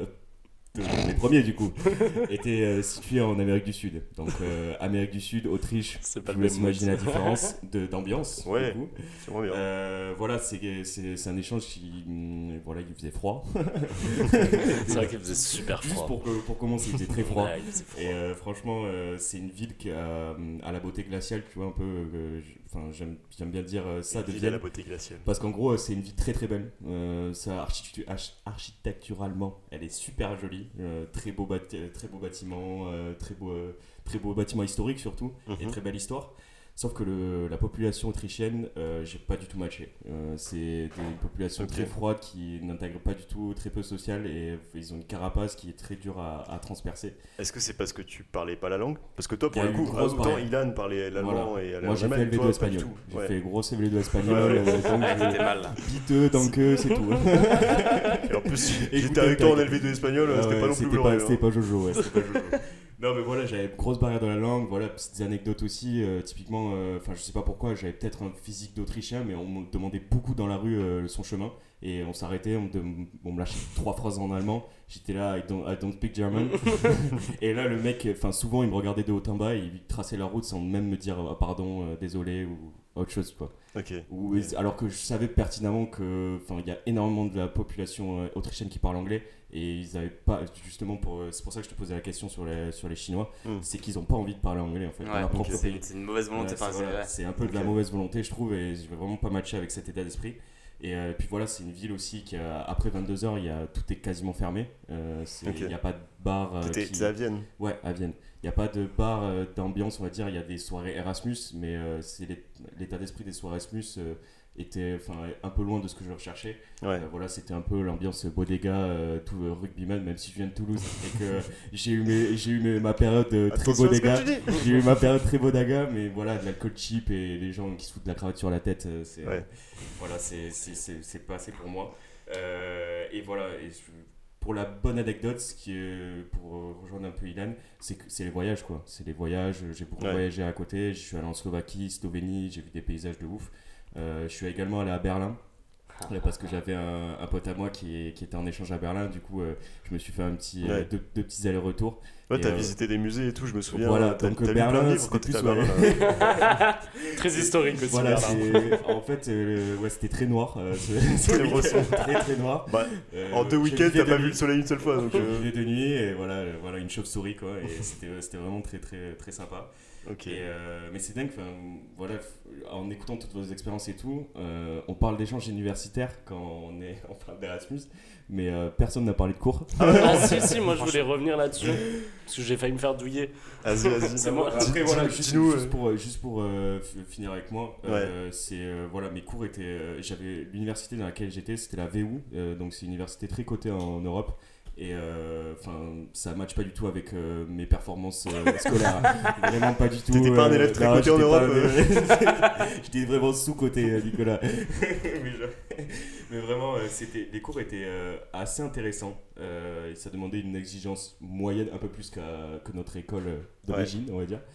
les premiers du coup étaient situés en Amérique du Sud, donc Amérique du Sud, Autriche. Je vous laisse imaginer la différence d'ambiance. Ouais, du coup. c'est moins bien. Voilà, c'est un échange qui il faisait froid. C'est vrai qu'il faisait super froid. Juste pour commencer, il faisait très froid. Ouais, il faisait froid. Et franchement, c'est une ville qui a la beauté glaciale, tu vois un peu. J'aime bien dire ça de Vienne. La beauté glaciale. Parce qu'en gros, c'est une ville très très belle. Ça, architecturalement, elle est super jolie. Très beau bâtiment, très beau bâtiment historique surtout, et très belle histoire. Sauf que la population autrichienne, j'ai pas du tout matché. C'est une population très froide qui n'intègre pas du tout, très peu sociale, et ils ont une carapace qui est très dure à transpercer. Est-ce que c'est parce que tu parlais pas la langue ? Parce que toi, pour le coup, autant Ilan parlait l'allemand et moi j'ai fait LV2 espagnol. J'ai fait gros LV2 espagnol. T'étais mal. Piteux, donc c'est tout. Et en plus, j'étais avec toi en LV2 espagnol, c'était pas non plus glorieux. C'était pas Jojo, ouais. C'était pas Jojo. Non mais voilà, j'avais une grosse barrière de la langue, voilà, petites anecdotes aussi, typiquement, je sais pas pourquoi, j'avais peut-être un physique d'Autrichien, mais on me demandait beaucoup dans la rue son chemin, et on s'arrêtait, on me lâchait 3 phrases en allemand, j'étais là, I don't speak German, et là le mec, souvent il me regardait de haut en bas, et il traçait la route sans même me dire pardon, désolé, ou autre chose, quoi. Okay. Alors que je savais pertinemment que il y a énormément de la population autrichienne qui parle anglais, et ils avaient pas, justement, c'est pour ça que je te posais la question sur les Chinois, c'est qu'ils ont pas envie de parler anglais en fait. C'est une mauvaise volonté. C'est un peu de la mauvaise volonté, je trouve, et je vais vraiment pas matcher avec cet état d'esprit. Et puis voilà, c'est une ville aussi qui après 22h, tout est quasiment fermé. Il n'y a pas de bar. T'étais à Vienne ? Ouais, à Vienne. a pas de bar d'ambiance, on va dire. Il y a des soirées Erasmus, mais c'est l'état d'esprit des soirées Erasmus était un peu loin de ce que je recherchais. Ouais. Voilà, c'était un peu l'ambiance bodega, tout rugbyman, même si je viens de Toulouse et que j'ai eu ma période très bodega. J'ai eu ma période très bodega, mais voilà, de l'alcool cheap et les gens qui se foutent de la cravate sur la tête, voilà, c'est pas assez pour moi. Et voilà, pour la bonne anecdote, pour rejoindre un peu Ilan, c'est les voyages, quoi. C'est les voyages. J'ai beaucoup voyagé à côté. Je suis allé en Slovaquie, Slovénie, j'ai vu des paysages de ouf. Je suis également allé à Berlin parce que j'avais un pote à moi qui était en échange à Berlin. Du coup, je me suis fait deux petits allers-retours. Ouais, t'as visité des musées et tout, je me souviens. Voilà, donc Berlin, c'était plus très historique aussi. Voilà, en fait, c'était très noir. Très noir. Bah, en 2 week-ends, t'as pas vu le soleil une seule fois. Donc, je vivais de nuit et voilà, une chauve-souris, quoi. Et c'était vraiment très, très, très sympa. Okay. Mais c'est dingue, voilà, en écoutant toutes vos expériences et tout, on parle d'échanges universitaires quand on parle d'Erasmus, mais personne n'a parlé de cours. Si, moi je voulais revenir là-dessus, parce que j'ai failli me faire douiller. Vas-y. C'est moi. Après, voilà, juste pour finir avec moi, voilà, mes cours étaient. J'avais l'université dans laquelle j'étais, c'était la VU, donc c'est une université très cotée en Europe. Et ça matche pas du tout avec mes performances scolaires, vraiment pas du tout. T'étais pas un élève très coté en Europe. J'étais vraiment sous-coté, Nicolas. mais vraiment, les cours étaient assez intéressants. Et ça demandait une exigence moyenne, un peu plus que notre école d'origine, on va dire.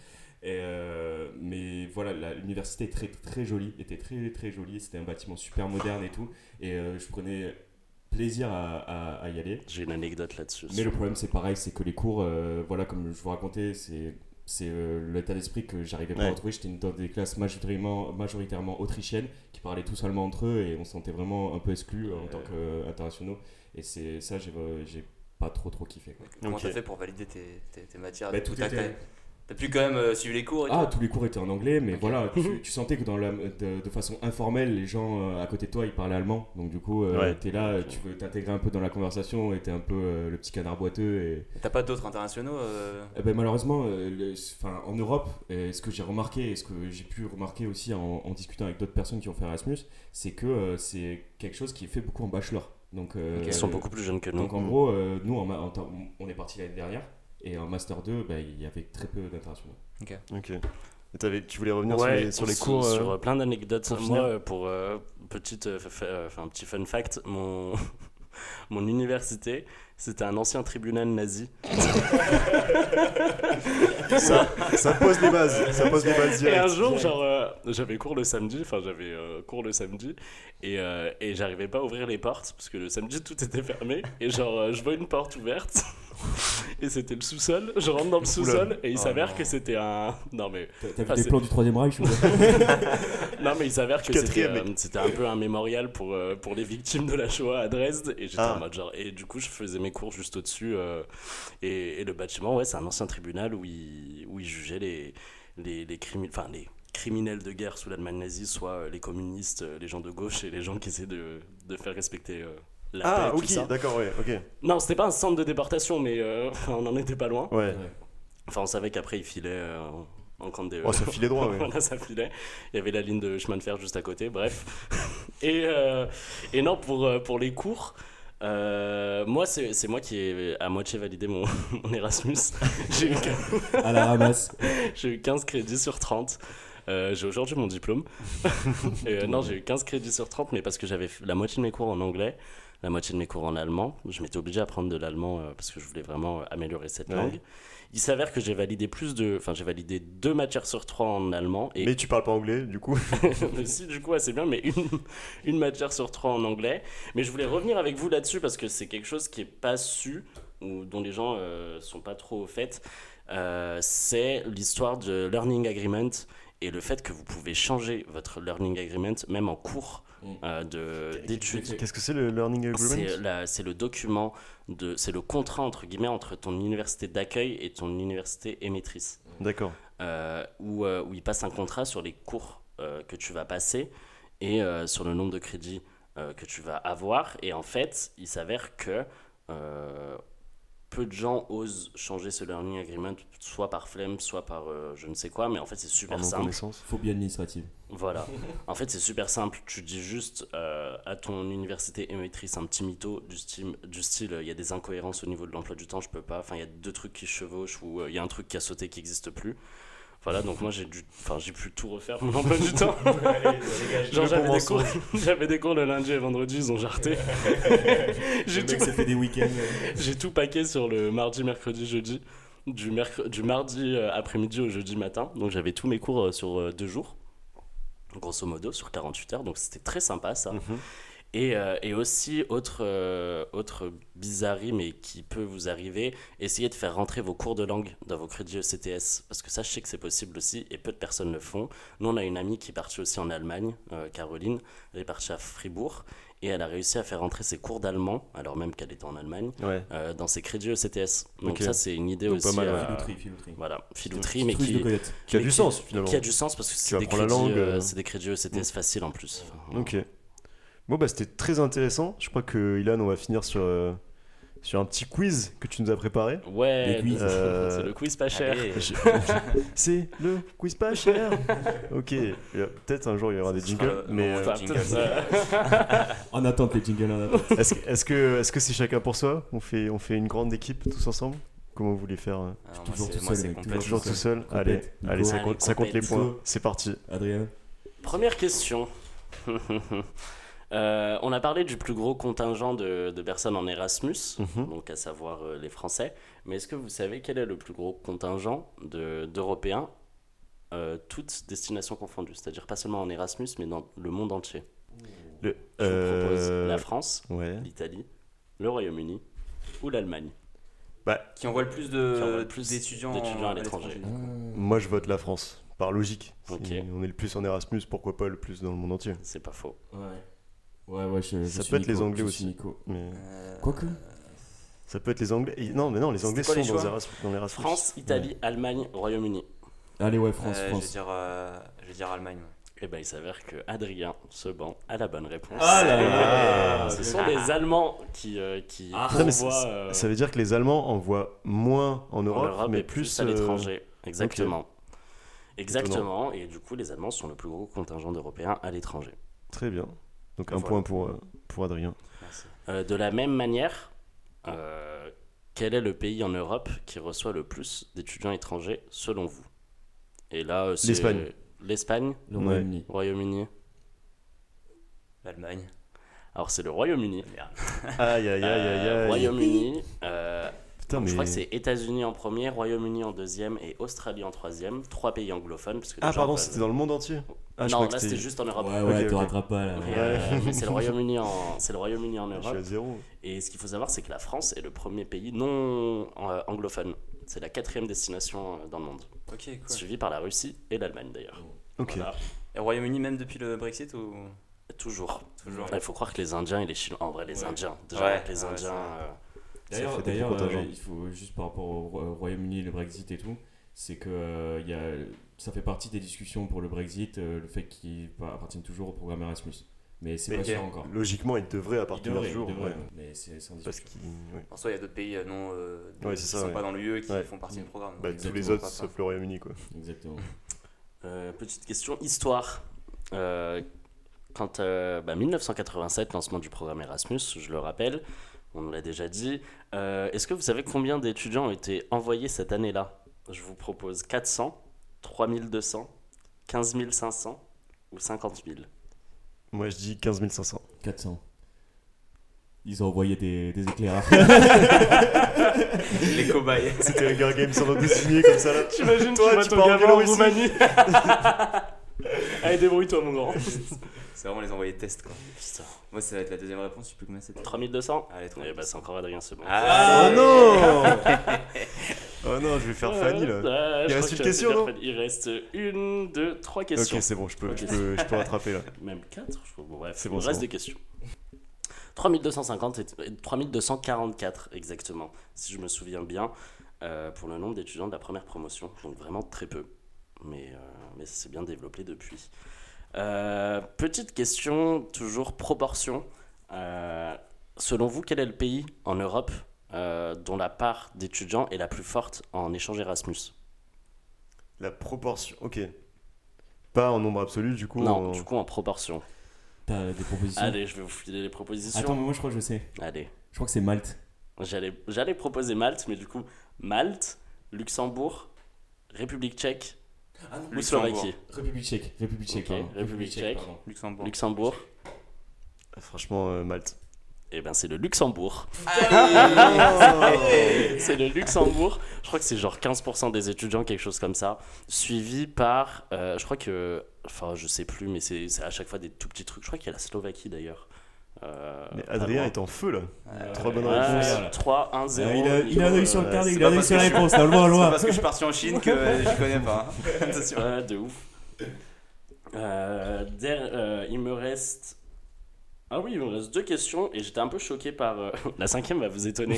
Mais voilà, l'université est très très jolie, était très très jolie. C'était un bâtiment super moderne et tout. Et je prenais plaisir à y aller. J'ai une anecdote là-dessus. Mais le problème, c'est pareil, c'est que les cours, voilà, comme je vous racontais, c'est l'état d'esprit que j'arrivais pas à retrouver. J'étais dans des classes majoritairement autrichiennes qui parlaient tous allemand entre eux et on se sentait vraiment un peu exclus en tant qu'internationaux. Et c'est ça, j'ai pas trop kiffé, quoi. Comment t'as fait pour valider tes matières? Tout était... T'as pu quand même suivre les cours et tout? Tous les cours étaient en anglais, mais voilà, tu sentais que de façon informelle, les gens à côté de toi, ils parlaient allemand. Donc du coup, t'es là, tu veux t'intégrer un peu dans la conversation et t'es un peu le petit canard boiteux. Et... T'as pas d'autres internationaux malheureusement, en Europe, ce que j'ai remarqué et ce que j'ai pu remarquer aussi en discutant avec d'autres personnes qui ont fait Erasmus, c'est que c'est quelque chose qui est fait beaucoup en bachelor. Donc, ils sont beaucoup plus jeunes que nous. Donc en gros, nous, on est parti l'année dernière. Et en Master 2, il y avait très peu d'internationaux. Ok. Et tu voulais revenir sur les cours sur plein d'anecdotes. Moi, pour un petit fun fact, mon université, c'était un ancien tribunal nazi. ça pose les bases. Ça pose les bases directes. Et un jour, j'avais cours le samedi, et j'arrivais pas à ouvrir les portes parce que le samedi tout était fermé. Et je vois une porte ouverte. Et c'était le sous-sol, je rentre dans le sous-sol et il s'avère que c'était un... Non mais... T'as vu des plans du 3ème Reich ou Non mais il s'avère que c'était un peu un mémorial pour les victimes de la Shoah à Dresde et j'étais en mode et du coup je faisais mes cours juste au-dessus et le bâtiment c'est un ancien tribunal où ils jugeaient les criminels de guerre sous l'Allemagne nazie, soit les communistes, les gens de gauche et les gens qui essaient de faire respecter... la paix, tout ça. D'accord, ok. Non, c'était pas un centre de déportation, mais on en était pas loin. Ouais. Enfin, on savait qu'après, il filait en camp des... ça filait droit, ouais. Voilà, ça filait. Il y avait la ligne de chemin de fer juste à côté, bref. Et non, pour les cours, moi, c'est moi qui ai à moitié validé mon Erasmus. J'ai eu à la ramasse. J'ai eu 15 crédits sur 30. J'ai aujourd'hui mon diplôme. Non, j'ai eu 15 crédits sur 30, mais parce que j'avais la moitié de mes cours en anglais, la moitié de mes cours en allemand. Je m'étais obligé à prendre de l'allemand parce que je voulais vraiment améliorer cette langue. Il s'avère que j'ai validé 2 matières sur 3 en allemand. Mais tu parles pas anglais, du coup. Mais si, du coup, c'est bien, mais une matière sur 3 en anglais. Mais je voulais revenir avec vous là-dessus parce que c'est quelque chose qui est pas su ou dont les gens sont pas trop au fait. C'est l'histoire de Learning Agreement et le fait que vous pouvez changer votre Learning Agreement même en cours d'études. Qu'est-ce que c'est le Learning Agreement ? C'est le document, c'est le contrat entre guillemets entre ton université d'accueil et ton université émettrice. D'accord. Où il passe un contrat sur les cours que tu vas passer et sur le nombre de crédits que tu vas avoir. Et en fait, il s'avère que peu de gens osent changer ce learning agreement, soit par flemme, soit par je ne sais quoi, mais en fait c'est super simple. Phobie administrative. Voilà. En fait, c'est super simple. Tu dis juste à ton université émettrice un petit mytho du style il y a des incohérences au niveau de l'emploi du temps, je peux pas. Enfin, il y a 2 trucs qui se chevauchent ou il y a un truc qui a sauté qui n'existe plus. Voilà, donc moi j'ai pu tout refaire mon emploi du temps. Genre j'avais des cours le lundi et vendredi, ils ont jarté. Ça fait des week-ends. J'ai tout paqué sur le mardi, mercredi, jeudi. Du mardi après-midi au jeudi matin. Donc j'avais tous mes cours sur 2 jours. Grosso modo, sur 48 heures. Donc c'était très sympa ça. Et aussi, autre bizarrerie, mais qui peut vous arriver, essayez de faire rentrer vos cours de langue dans vos crédits ECTS, parce que ça, je sais que c'est possible aussi, et peu de personnes le font. Nous, on a une amie qui est partie aussi en Allemagne, Caroline, elle est partie à Fribourg, et elle a réussi à faire rentrer ses cours d'allemand, alors même qu'elle était en Allemagne, dans ses crédits ECTS. Donc ça, c'est une idée aussi. Pas mal, Filouterie. Voilà, filouterie, mais qui a du sens, finalement. Qui a du sens, parce que c'est des crédits ECTS faciles en plus. Enfin, ok. Bon, bah c'était très intéressant. Je crois que Ilan, on va finir sur un petit quiz que tu nous as préparé. Ouais, c'est le quiz pas cher. C'est le quiz pas cher. Ok, peut-être un jour il y aura des jingles, mais en attente les jingles en attente. Est-ce que c'est chacun pour soi? On fait une grande équipe tous ensemble? Comment vous voulez faire? Toujours tout seul. Allez, ça compte les points. C'est parti. Adrien. Première question. On a parlé du plus gros contingent de personnes en Erasmus, donc à savoir les Français. Mais est-ce que vous savez quel est le plus gros contingent d'Européens, toutes destinations confondues? C'est-à-dire pas seulement en Erasmus, mais dans le monde entier. Je vous propose la France, l'Italie, le Royaume-Uni ou l'Allemagne. Qui envoie le plus d'étudiants à l'étranger. Moi, je vote la France, par logique. Ok. Si on est le plus en Erasmus, pourquoi pas le plus dans le monde entier? C'est pas faux. Ouais, ça peut être les Anglais aussi. Mais... Quoique. Ça peut être les Anglais. Non, les Anglais sont dans l'Erasmus. France, Italie, Allemagne, Royaume-Uni. Allez, France. Je vais dire Allemagne. Et il s'avère que Adrien Seban a la bonne réponse. Ah là là. Ce sont les Allemands qui envoient... Ça veut dire que les Allemands envoient moins en Europe, mais plus à l'étranger. Exactement. Okay. Exactement. Et du coup, les Allemands sont le plus gros contingent d'Européens à l'étranger. Très bien. Donc un point pour Adrien. Merci. De la même manière, quel est le pays en Europe qui reçoit le plus d'étudiants étrangers selon vous? Et là, c'est l'Espagne, le Royaume-Uni. Royaume-Uni. L'Allemagne. Alors c'est le Royaume-Uni. Aïe. Royaume-Uni. Putain, je crois que c'est États-Unis en premier, Royaume-Uni en deuxième et Australie en troisième. 3 pays anglophones. Parce que c'était dans le monde entier. Non, là c'était juste en Europe. Ouais, te rattrapes pas là. Mais c'est le Royaume-Uni en Europe. Je suis à 0. Et ce qu'il faut savoir, c'est que la France est le premier pays non anglophone. C'est la 4e destination dans le monde. Ok, cool. Suivi par la Russie et l'Allemagne d'ailleurs. Ok. Voilà. Et Royaume-Uni même depuis le Brexit ou... Toujours. Toujours. Il faut croire que les Indiens et les Chinois... En vrai, les Indiens. Les Indiens... D'ailleurs, il faut juste par rapport au Royaume-Uni, le Brexit et tout, c'est que ça fait partie des discussions pour le Brexit, le fait qu'ils appartiennent toujours au programme Erasmus. Mais c'est pas sûr encore. Logiquement, ils devraient appartenir toujours. Mais c'est sans discussion. Parce En soi, il y a d'autres pays qui sont pas dans l'UE qui font partie du programme. Tous les autres, sauf le Royaume-Uni, quoi. Exactement. Petite question histoire. Quand 1987, lancement du programme Erasmus, je le rappelle, on l'a déjà dit. Est-ce que vous savez combien d'étudiants ont été envoyés cette année-là? Je vous propose 400, 3200, 15 500 ou 50 000. Moi, je dis 15 500. 400. Ils ont envoyé des éclaireurs. Les cobayes. C'était Hunger Games sans désigné comme ça là. T'imagines, toi, tu pars en Roumanie. Allez, débrouille-toi, mon grand. C'est vraiment les envoyés de test, quoi. Putain. Moi, ça va être la deuxième réponse. Je sais plus combien c'était. 3200. Allez, 3200. C'est encore Adrien, c'est bon. Oh non. Oh non, je vais faire Fanny là. Il reste une question, non? Il reste 1, 2, 3 questions. Ok, c'est bon, je peux rattraper là. Même 4, je crois. Bon, bref, c'est bon, il reste des questions. 3250 et 3244 exactement, si je me souviens bien, pour le nombre d'étudiants de la première promotion. Donc vraiment très peu, mais ça s'est bien développé depuis. Petite question, toujours proportion. Selon vous, quel est le pays en Europe dont la part d'étudiants est la plus forte en échange Erasmus? La proportion, ok. Pas en nombre absolu, du coup. Non, du coup en proportion. T'as des propositions? Allez, je vais vous filer les propositions. Attends, mais moi je crois que je sais. Allez. Je crois que c'est Malte. J'allais proposer Malte, mais du coup, Malte, Luxembourg, République tchèque ou Slovaquie. République tchèque. Ok, Pardon. République tchèque. Luxembourg. Luxembourg. Franchement, Malte. Eh ben c'est le Luxembourg. Allez. C'est le Luxembourg. Je crois que c'est genre 15% des étudiants, quelque chose comme ça. Suivi par, je crois que, enfin je sais plus, mais c'est à chaque fois des tout petits trucs. Je crois qu'il y a la Slovaquie d'ailleurs. Mais Adrien est en feu là. Trois bonnes Ouais, réponses. 3, 1, 0. Il a un œil sur le carnet, c'est il a un pas œil sur la parce que réponse. Là, loin, C'est pas loin. parce que je suis parti en Chine que je connais pas. Attention. Ouais, de ouf. Il me reste. Ah oui, il me reste 2 questions et j'étais un peu choqué par. La 5e va vous étonner.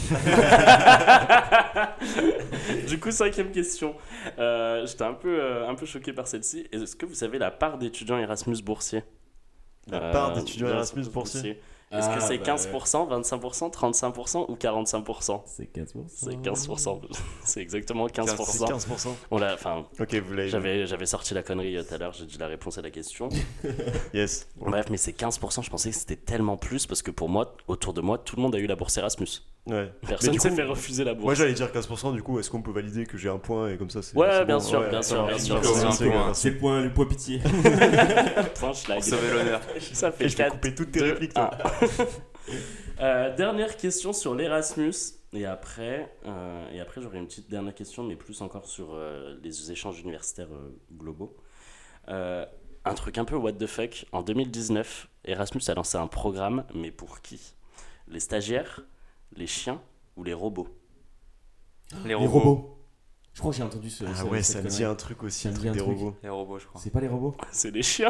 Du coup, 5e question. J'étais un peu choqué par celle-ci. Est-ce que vous savez la part d'étudiants Erasmus boursiers? La part d'étudiants Erasmus boursiers. Est-ce que c'est bah 15%, 25%, 35% ou 45%? C'est 15%. C'est 15%. C'est exactement 15%. C'est 15%. On l'a, enfin, Ok, vous l'avez. j'avais sorti la connerie tout à l'heure, j'ai dit la réponse à la question. Yes. Bref, mais c'est 15%, je pensais que c'était tellement plus parce que pour moi, autour de moi, tout le monde a eu la bourse Erasmus. Ouais. Personne Mais ne du s'est coup, fait refuser la bourse. Moi j'allais dire 15%, du coup, est-ce qu'on peut valider que j'ai un point et comme ça c'est. Ouais, c'est bien bon sûr, Ouais, bien ça sûr, va. bien sûr. Nico, Merci, c'est un gars, point. merci. C'est le point pitié. Point schlag. Pour sauver l'honneur. Ça fait Et je vais 4. couper toutes tes répliques, toi. Dernière question sur l'Erasmus. Et après j'aurai une petite dernière question, mais plus encore sur les échanges universitaires globaux. Un truc un peu what the fuck. En 2019, Erasmus a lancé un programme, mais pour qui? Les stagiaires, les chiens ou les robots? Les Les robots. Je crois que j'ai entendu ce. Ah ouais, ça me dit un truc aussi, Ça le me truc dit des un truc. robots. Les robots, je crois. C'est pas les robots? C'est les chiens.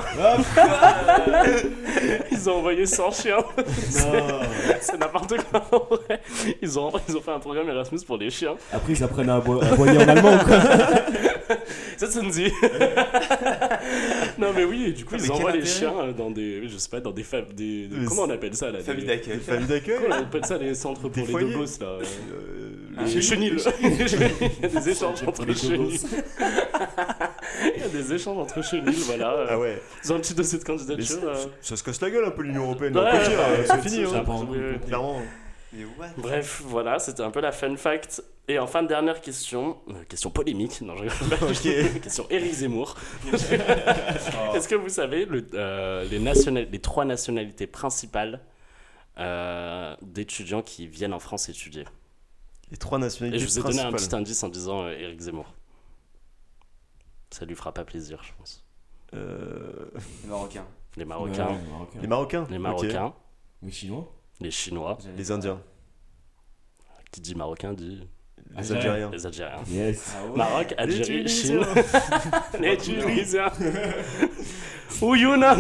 Ils ont envoyé 100 chiens. Non. C'est n'importe quoi en vrai. Ils ont fait un programme Erasmus pour les chiens. Après, ils apprennent à aboyer en allemand ou quoi? Ça me dit. Non mais oui, et du coup Mais ils quel envoient les intérêt chiens dans des, je sais pas, dans des Mais comment on appelle ça là? Famille des- d'accueil. Famille d'accueil. Comment on appelle ça les centres Des pour les foyers. dogos là? Les Les chenilles. Il y a des échanges Centres entre pour les chenilles. Il y a des échanges entre chenilles, voilà. Ah ouais. Ils ont un petit dossier de Mais candidature. ça se casse la gueule un peu l'Union Européenne. Ouais, on peut le dire, ouais, c'est fini, j'ai hein. l'impression que- Clairement. Mais what? Bref, voilà, c'était un peu la fun fact. Et enfin, dernière question, question polémique, non je rigole pas, Ok. question Éric Zemmour. Est-ce que vous savez les 3 nationalités principales d'étudiants qui viennent en France étudier? Les 3 Et nationalités je vous ai donné un petit principales. indice en disant Éric Zemmour. Ça lui fera pas plaisir, je pense. Les Marocains. Les Marocains, Ouais, Marocains. Les Marocains. les Ok. Marocains, Les Chinois. les Chinois. Les Indiens. Qui dit Marocain dit Les Algériens. les Algériens. Yes. Ah ouais. Maroc, Algérie, Chine. Tunisiens. Les Tunisiens. Ouyouna.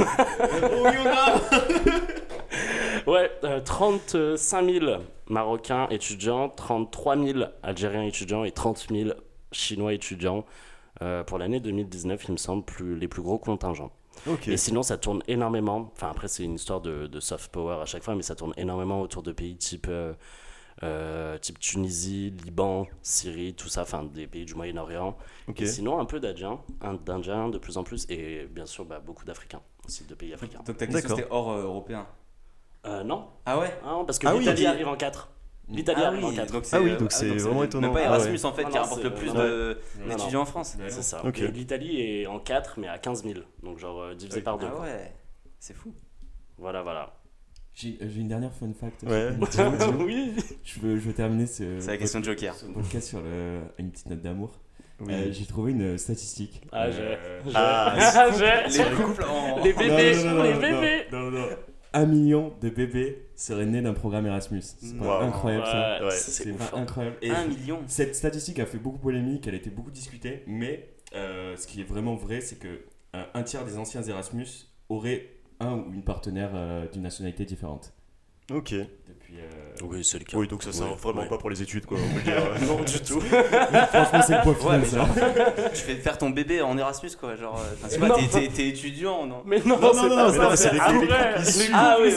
Ouais, 35 000 Marocains étudiants, 33 000 Algériens étudiants et 30 000 Chinois étudiants pour l'année 2019, il me semble, les plus gros contingents. Ok. Et sinon, ça tourne énormément. Enfin, après, c'est une histoire de soft power à chaque fois, mais ça tourne énormément autour de pays type Tunisie, Liban, Syrie, tout ça, enfin des pays du Moyen-Orient. Ok. Et sinon, un peu d'Indiens de plus en plus, et bien sûr, donc d'Africains, aussi de pays africains. Donc ta question D'accord. c'était hors européen. Non, Ah ouais? hein, parce que Ah oui, l'Italie ok. arrive en 4. L'Italie Ah arrive en oui, 4. donc Ah oui, donc c'est vraiment étonnant. Même pas Ah Erasmus ouais. en fait Non, qui non, rapporte c'est- le plus non. d'étudiants en France. Ouais. C'est ça. Ok. Et l'Italie est en 4, mais à 15 000. Donc, genre, divisé par 2. Ah ouais, c'est fou. Voilà, voilà. J'ai une dernière fun fact. Ouais. Oui. Je veux terminer ce C'est la question de Joker. podcast sur une petite note d'amour. Oui. J'ai trouvé une statistique. Ah, j'ai. Ah, Les couples en. Les bébés, Non, non, non, les non, bébés. non. 1 million de bébés seraient nés d'un programme Erasmus. C'est pas Wow. incroyable ça. Ouais, Ouais. c'est C'est ouf. pas incroyable. Et 1 million. cette statistique a fait beaucoup polémique, elle a été beaucoup discutée, mais ce qui est vraiment vrai, c'est que un tiers des anciens Erasmus auraient un ou une partenaire d'une nationalité différente. Ok. Depuis, Oui, c'est le cas. Oui, donc ça sert Ouais, vraiment ouais. pas pour les études, quoi. On peut le dire. Non, du tout. Franchement, c'est le point Ouais, final, mais ça. genre, tu fais faire ton bébé en Erasmus, quoi. Genre, je sais pas, Non. t'es étudiant, non? Mais non, Non, c'est non, pas non, ça. mais c'est les après. couples issus. Ah oui,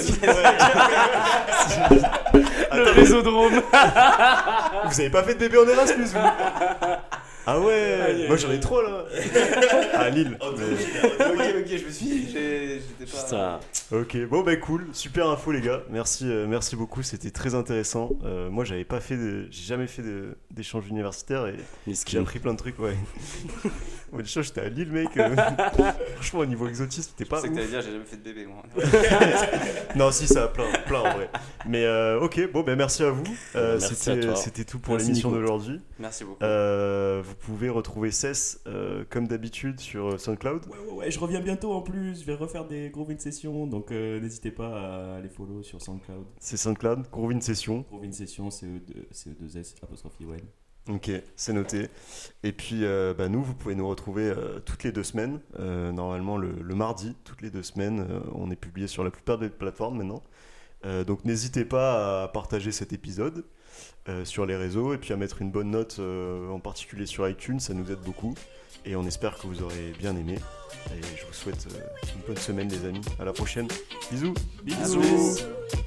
Le résodrome. Vous avez pas fait de bébé en Erasmus, vous? Ah ouais, Aïe, moi aïe, j'en ai aïe. 3 là. À Lille. ok, je me suis dit, j'étais pas. Putain. Ok, bon bah cool, super info les gars, merci beaucoup, c'était très intéressant. Moi j'ai jamais fait d'échange universitaire et j'ai Miskin. appris plein de trucs, ouais. Moi déjà j'étais à Lille mec, franchement au niveau exotisme c'était Je pas sais que ouf. t'allais dire, j'ai jamais fait de bébé, moi. Non si ça a plein en vrai. Mais ok, bon bah merci à vous. Merci à toi. C'était tout pour Merci, l'émission Nico. d'aujourd'hui. Merci beaucoup. Vous pouvez retrouver Cess comme d'habitude sur SoundCloud. Ouais, je reviens bientôt en plus. Je vais refaire des Groovin Sessions. Donc n'hésitez pas à les follow sur SoundCloud. C'est SoundCloud, Groovin Session. Groovin Sessions, CE2S, apostrophe UN. Ok, c'est noté. Et puis nous, vous pouvez nous retrouver toutes les 2 semaines. Normalement le mardi, toutes les 2 semaines. On est publié sur la plupart des plateformes maintenant. Donc n'hésitez pas à partager cet épisode sur les réseaux et puis à mettre une bonne note, en particulier sur iTunes, ça nous aide beaucoup. Et on espère que vous aurez bien aimé. Et je vous souhaite une bonne semaine les amis. À la prochaine. Bisous. Bisous.